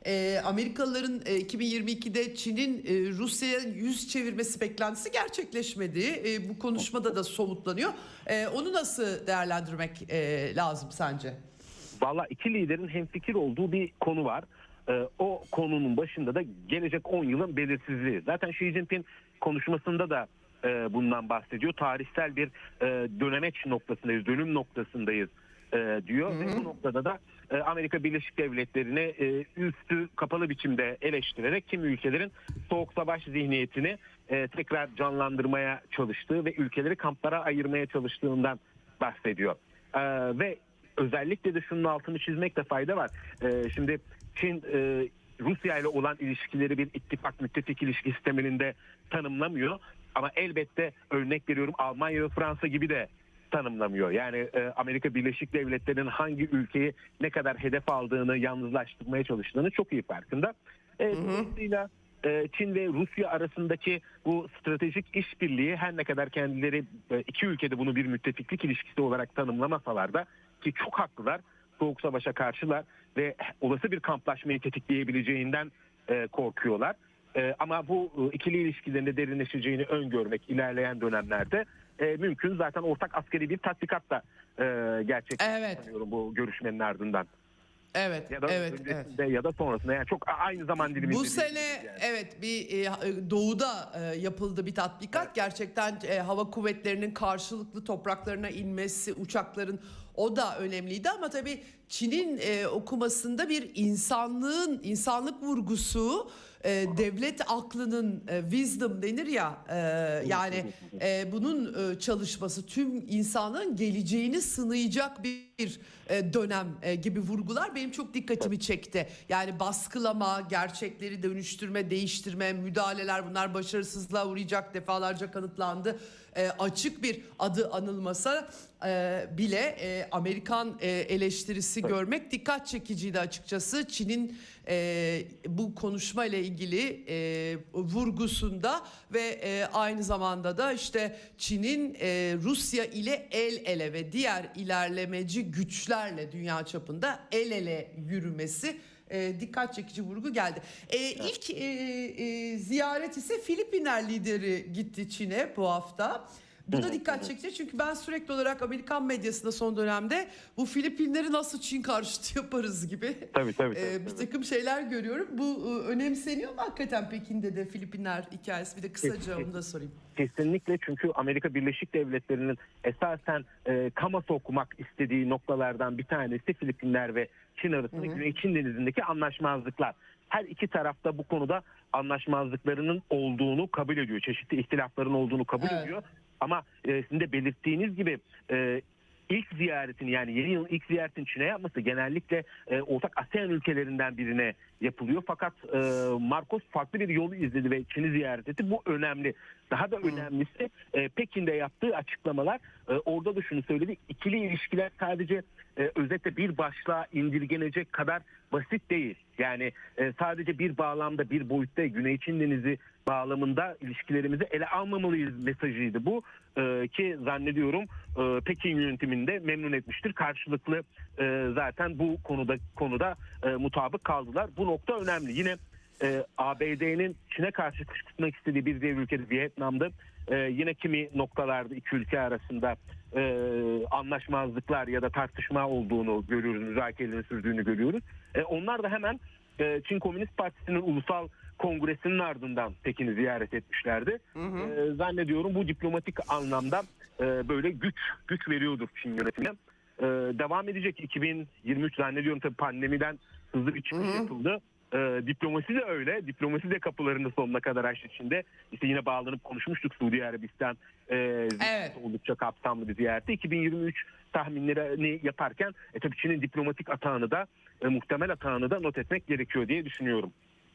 e, Amerikalıların e, iki bin yirmi ikide Çin'in e, Rusya'ya yüz çevirmesi beklentisi gerçekleşmedi. E, bu konuşmada da somutlanıyor. E, onu nasıl değerlendirmek e, lazım sence? Valla iki liderin hemfikir olduğu bir konu var. Ee, o konunun başında da gelecek on yılın belirsizliği. Zaten Xi Jinping konuşmasında da e, bundan bahsediyor. Tarihsel bir e, dönemeç noktasındayız, dönüm noktasındayız e, diyor. Hı hı. Ve bu noktada da e, Amerika Birleşik Devletleri'ni e, üstü kapalı biçimde eleştirerek kimi ülkelerin soğuk savaş zihniyetini e, tekrar canlandırmaya çalıştığı ve ülkeleri kamplara ayırmaya çalıştığından bahsediyor. E, ve özellikle de şunun altını çizmekte fayda var. E, şimdi Çin e, Rusya ile olan ilişkileri bir ittifak müttefik ilişkisi temelinde tanımlamıyor. Ama elbette örnek veriyorum Almanya ve Fransa gibi de tanımlamıyor. Yani e, Amerika Birleşik Devletleri'nin hangi ülkeyi ne kadar hedef aldığını, yalnızlaştırmaya çalıştığını çok iyi farkında. E, dolayısıyla e, Çin ve Rusya arasındaki bu stratejik işbirliği her ne kadar kendileri e, iki ülkede bunu bir müttefiklik ilişkisi olarak tanımlamasalar da ki çok haklılar. Soğuk savaşa karşılar ve olası bir kamplaşmayı tetikleyebileceğinden e, korkuyorlar. E, ama bu e, ikili ilişkilerinde derinleşeceğini öngörmek ilerleyen dönemlerde e, mümkün. Zaten ortak askeri bir tatbikat da e, gerçekleştiğini sanıyorum bu görüşmenin ardından. Evet, ya da evet, öncesinde evet. ya da sonrasında yani çok aynı zaman diliminde. Bu sene yani. evet bir e, doğuda e, yapıldı bir tatbikat. Evet. Gerçekten e, hava kuvvetlerinin karşılıklı topraklarına inmesi, uçakların o da önemliydi ama tabii Çin'in e, okumasında bir insanlığın insanlık vurgusu, e, devlet aklının e, wisdom denir ya e, yani e, bunun e, çalışması tüm insanın geleceğini sınayacak bir e, dönem e, gibi vurgular benim çok dikkatimi çekti. Yani baskılama, gerçekleri dönüştürme, değiştirme, müdahaleler bunlar başarısızlığa uğrayacak defalarca kanıtlandı. E, açık bir adı anılmasa e, bile e, Amerikan e, eleştirisi görmek dikkat çekiciydi açıkçası. Çin'in e, bu konuşma ile ilgili e, vurgusunda ve e, aynı zamanda da işte Çin'in e, Rusya ile el ele ve diğer ilerlemeci güçlerle dünya çapında el ele yürümesi E, dikkat çekici vurgu geldi. E, ilk e, e, ziyaret ise Filipinler lideri gitti Çin'e bu hafta. Bu da dikkat çekici çünkü ben sürekli olarak Amerikan medyasında son dönemde bu Filipinleri nasıl Çin karşıtı yaparız gibi tabii, tabii, tabii, e, bir takım şeyler görüyorum. Bu e, önemseniyor mu hakikaten Pekin'de de Filipinler hikayesi? Bir de kısaca onu da sorayım. Kesinlikle çünkü Amerika Birleşik Devletleri'nin esasen e, kama sokmak istediği noktalardan bir tanesi Filipinler ve Çin arasında Güney Çin Denizi'ndeki anlaşmazlıklar. Her iki tarafta bu konuda anlaşmazlıklarının olduğunu kabul ediyor. Çeşitli ihtilafların olduğunu kabul evet. ediyor. Ama e, sizin de belirttiğiniz gibi e, ilk ziyaretini yani yeni yılın ilk ziyaretini Çin'e yapması genellikle e, ortak ASEAN ülkelerinden birine yapılıyor. Fakat e, Marcos farklı bir yolu izledi ve Çin'i ziyaret etti. Bu önemli. Daha da önemlisi e, Pekin'de yaptığı açıklamalar. E, orada da şunu söyledi. İkili ilişkiler sadece e, özetle bir başlığa indirgenecek kadar basit değil. Yani e, sadece bir bağlamda, bir boyutta Güney Çin Denizi bağlamında ilişkilerimizi ele almamalıyız mesajıydı bu. E, ki zannediyorum e, Pekin yönetiminde memnun etmiştir. Karşılıklı e, zaten bu konuda konuda e, mutabık kaldılar. Bu nokta önemli. Yine e, A B D'nin Çin'e karşı kışkırtmak istediği bir diğer ülke Vietnam'da e, yine kimi noktalarda iki ülke arasında e, anlaşmazlıklar ya da tartışma olduğunu görüyoruz. Müzakerelerin sürdüğünü görüyoruz. E, onlar da hemen e, Çin Komünist Partisi'nin ulusal kongresinin ardından Pekin'i ziyaret etmişlerdi. Hı hı. E, zannediyorum bu diplomatik anlamda e, böyle güç güç veriyordur Çin yönetimine. E, devam edecek iki bin yirmi üç zannediyorum tabii pandemiden hızlı bir çıkış hı hı. yapıldı. E, diplomasi de öyle. Diplomasi de kapılarını sonuna kadar açtı Çin'de. İşte yine bağlanıp konuşmuştuk Suudi Arabistan e, evet. oldukça kapsamlı bir ziyarette. iki bin yirmi üç tahminlerini yaparken e, tabii Çin'in diplomatik atağını da e, muhtemel atağını da not etmek gerekiyor diye düşünüyorum.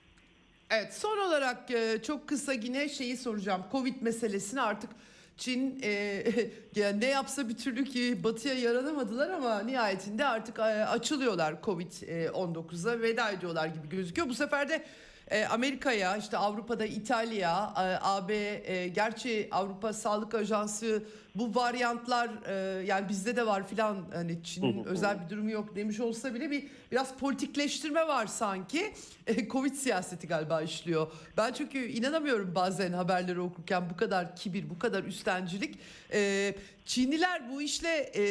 Evet, son olarak çok kısa yine şeyi soracağım. Covid meselesini artık Çin e, yani ne yapsa bir türlü ki batıya yaranamadılar ama nihayetinde artık açılıyorlar Covid on dokuza veda ediyorlar gibi gözüküyor. Bu sefer de Amerika'ya, işte Avrupa'da İtalya, A B, gerçi Avrupa Sağlık Ajansı bu varyantlar e, yani bizde de var filan, hani Çin'in özel bir durumu yok demiş olsa bile bir biraz politikleştirme var sanki. E, Covid siyaseti galiba işliyor. Ben çünkü inanamıyorum bazen haberleri okurken, bu kadar kibir, bu kadar üstencilik. E, Çinliler bu işle e,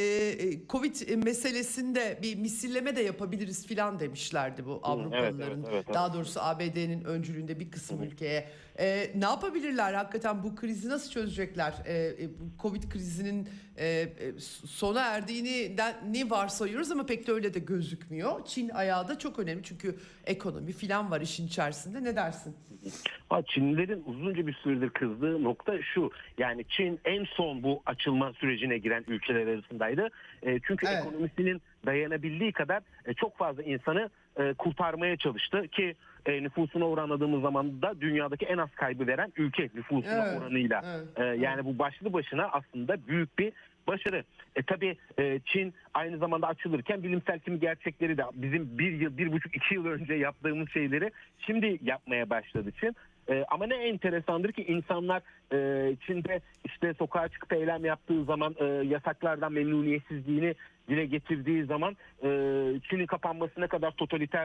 Covid meselesinde bir misilleme de yapabiliriz filan demişlerdi bu Avrupalıların. Evet, evet, evet, evet. Daha doğrusu A B D'nin öncülüğünde bir kısım Hı. ülkeye. E, ne yapabilirler hakikaten, bu krizi nasıl çözecekler? E, e, Covid krizinin e, e, sona erdiğini ni varsayıyoruz ama pek de öyle de gözükmüyor. Çin ayağı da çok önemli çünkü ekonomi filan var işin içerisinde. Ne dersin? Ha, Çinlilerin uzunca bir süredir kızdığı nokta şu. Yani Çin en son bu açılma sürecine giren ülkeler arasındaydı. E, çünkü Evet. ekonomisinin dayanabildiği kadar e, çok fazla insanı e, kurtarmaya çalıştı ki e, nüfusuna oranladığımız zaman da dünyadaki en az kaybı veren ülke nüfusuna Evet. oranıyla. Evet. E, yani bu başlı başına aslında büyük bir başarı. E tabii e, Çin aynı zamanda açılırken bilimsel kimi gerçekleri de bizim bir yıl, bir buçuk, iki yıl önce yaptığımız şeyleri şimdi yapmaya başladı Çin. E, ama ne enteresandır ki insanlar e, Çin'de işte sokağa çıkıp eylem yaptığı zaman e, yasaklardan memnuniyetsizliğini dile getirdiği zaman e, Çin'in kapanmasına kadar totaliter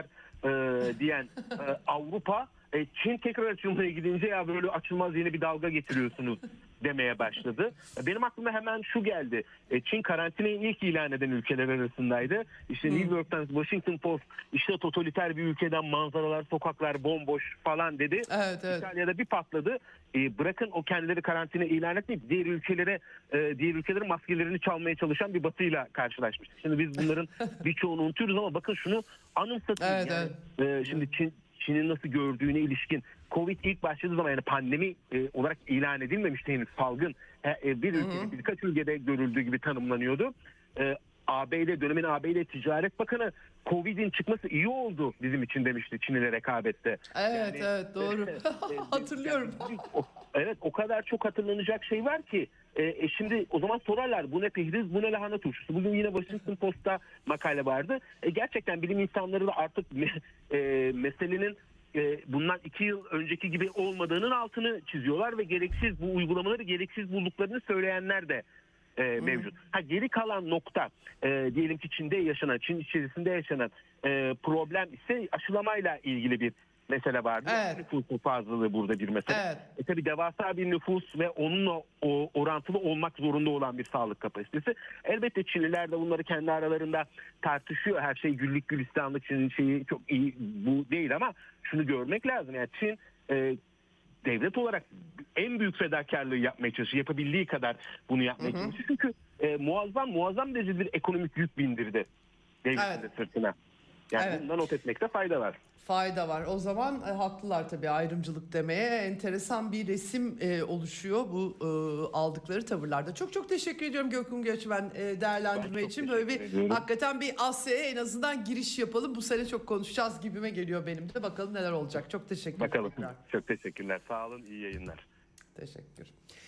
e, diyen e, Avrupa e, Çin tekrar açılmaya gidince ya böyle açılmaz yeni bir dalga getiriyorsunuz demeye başladı. Benim aklıma hemen şu geldi. E, Çin karantinayı ilk ilan eden ülkeler arasındaydı. İşte New York'tan Washington Post işte totaliter bir ülkeden manzaralar, sokaklar bomboş falan dedi. Evet, evet. İtalya'da bir patladı. E, bırakın o kendileri karantina ilan etmeyip diğer ülkelere e, diğer ülkelerin maskelerini çalmaya çalışan bir batıyla karşılaşmıştık. Şimdi biz bunların birçoğunu unutuyoruz ama bakın şunu anımsatın. Evet, yani, e, şimdi Çin Çin'in nasıl gördüğüne ilişkin Covid ilk başladığı zaman yani pandemi e, olarak ilan edilmemişti henüz, salgın. E, e, bir ülkede birkaç ülkede görüldüğü gibi tanımlanıyordu. E, A B D dönemin A B D Ticaret Bakanı Covid'in çıkması iyi oldu bizim için demişti Çin'le rekabette. Evet Yani, evet doğru. e, e, Hatırlıyorum. yani, o, evet o kadar çok hatırlanacak şey var ki. E, e, şimdi o zaman sorarlar bu ne pehriz, bu ne lahana turşusu. Bugün yine Washington Post'ta makale vardı. E, gerçekten bilim insanları da artık me, e, meselenin e, bundan iki yıl önceki gibi olmadığının altını çiziyorlar ve gereksiz bu uygulamaları gereksiz bulduklarını söyleyenler de e, mevcut. Ha, geri kalan nokta e, diyelim ki Çin'de yaşanan, Çin içerisinde yaşanan e, problem ise aşılamayla ilgili bir mesele vardı. Evet. Nüfusun fazlalığı burada bir mesele. Evet. E tabi devasa bir nüfus ve onunla o, orantılı olmak zorunda olan bir sağlık kapasitesi. Elbette Çinliler de bunları kendi aralarında tartışıyor. Her şey güllük gülistanlık, Çin'in şeyi çok iyi bu değil ama şunu görmek lazım. Yani Çin e, devlet olarak en büyük fedakarlığı yapmaya çalışıyor. Yapabildiği kadar bunu yapmaya çalışıyor. Çünkü e, muazzam muazzam derecede bir ekonomik yük bindirdi devletin Evet. de sırtına. Yani Evet. bundan not etmekte fayda var. Fayda var. O zaman e, haklılar tabii ayrımcılık demeye. Enteresan bir resim e, oluşuyor bu e, aldıkları tavırlarda. Çok çok teşekkür ediyorum Gökhan Göçmen e, değerlendirme Ben çok için. Böyle bir teşekkür ediyorum. hakikaten bir Asya'ya en azından giriş yapalım. Bu sene çok konuşacağız gibime geliyor benim de. Bakalım neler olacak. Çok teşekkür ederim. Bakalım. tekrar. Çok teşekkürler. Sağ olun. İyi yayınlar. Teşekkür.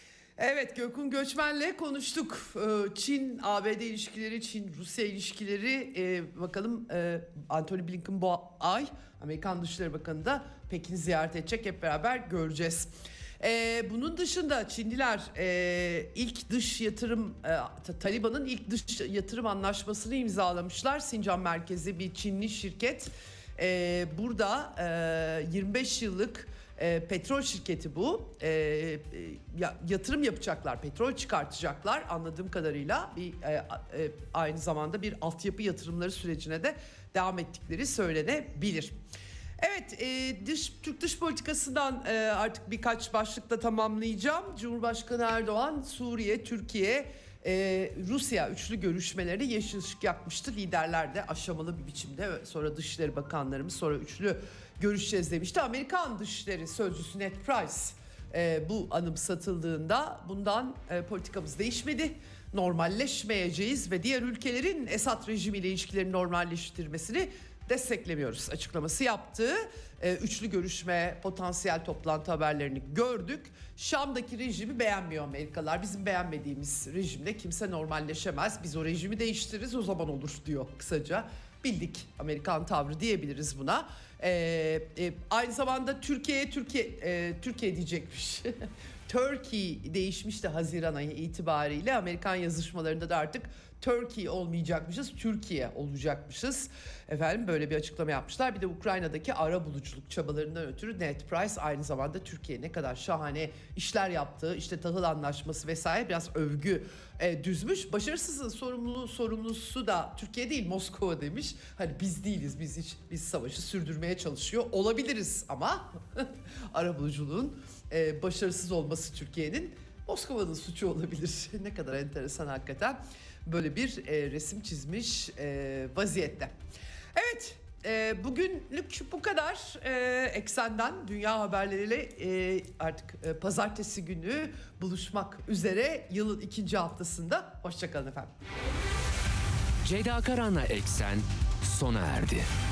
Evet, Gökhan Göçmen'le konuştuk. Ee, Çin A B D ilişkileri, Çin Rusya ilişkileri, e, bakalım e, Antony Blinken bu ay Amerikan Dışişleri Bakanı da Pekin'i ziyaret edecek, hep beraber göreceğiz. Ee, bunun dışında Çinliler e, ilk dış yatırım e, Taliban'ın ilk dış yatırım anlaşmasını imzalamışlar. Sincan merkezi bir Çinli şirket e, burada e, yirmi beş yıllık E, petrol şirketi bu. E, e, ya, yatırım yapacaklar, petrol çıkartacaklar anladığım kadarıyla. Bir e, e, aynı zamanda bir altyapı yatırımları sürecine de devam ettikleri söylenebilir. Evet, e, dış Türk dış politikasından e, artık birkaç başlıkla tamamlayacağım. Cumhurbaşkanı Erdoğan Suriye, Türkiye, e, Rusya üçlü görüşmelerine yeşil ışık yakmıştı. Liderler de aşamalı bir biçimde, sonra Dışişleri Bakanlarımız, sonra üçlü görüşeceğiz demişti. Amerikan Dışişleri Sözcüsü Ned Price e, bu anımsatıldığında bundan e, politikamız değişmedi, normalleşmeyeceğiz ve diğer ülkelerin Esad rejimiyle ilişkilerini normalleştirmesini desteklemiyoruz açıklaması yaptı. E, üçlü görüşme, potansiyel toplantı haberlerini gördük. Şam'daki rejimi beğenmiyor Amerikalılar. Bizim beğenmediğimiz rejimle kimse normalleşemez. Biz o rejimi değiştiririz, o zaman olur diyor kısaca. bildik Amerikan tavrı diyebiliriz buna. E, e, aynı zamanda Türkiye'ye Türkiye e, Türkiye diyecekmiş. Turkey değişmişti Haziran ayı itibariyle. Amerikan yazışmalarında da artık Turkey olmayacakmışız, Türkiye olacakmışız. Efendim böyle bir açıklama yapmışlar. Bir de Ukrayna'daki ara buluculuk çabalarından ötürü Ned Price aynı zamanda Türkiye ne kadar şahane işler yaptığı, işte tahıl anlaşması vesaire biraz övgü e, düzmüş. Başarısızın sorumlu sorumlusu da Türkiye değil Moskova demiş. Hani biz değiliz, biz hiç biz savaşı sürdürmeye çalışıyor olabiliriz ama ara buluculuğun e, başarısız olması Türkiye'nin Moskova'nın suçu olabilir. Ne kadar enteresan hakikaten. Böyle bir e, resim çizmiş e, vaziyette. Evet, e, bugünlük bu kadar. E, Eksen'den dünya haberleriyle e, artık e, pazartesi günü buluşmak üzere yılın ikinci haftasında. Hoşçakalın efendim. Ceyda Karan'la Eksen sona erdi.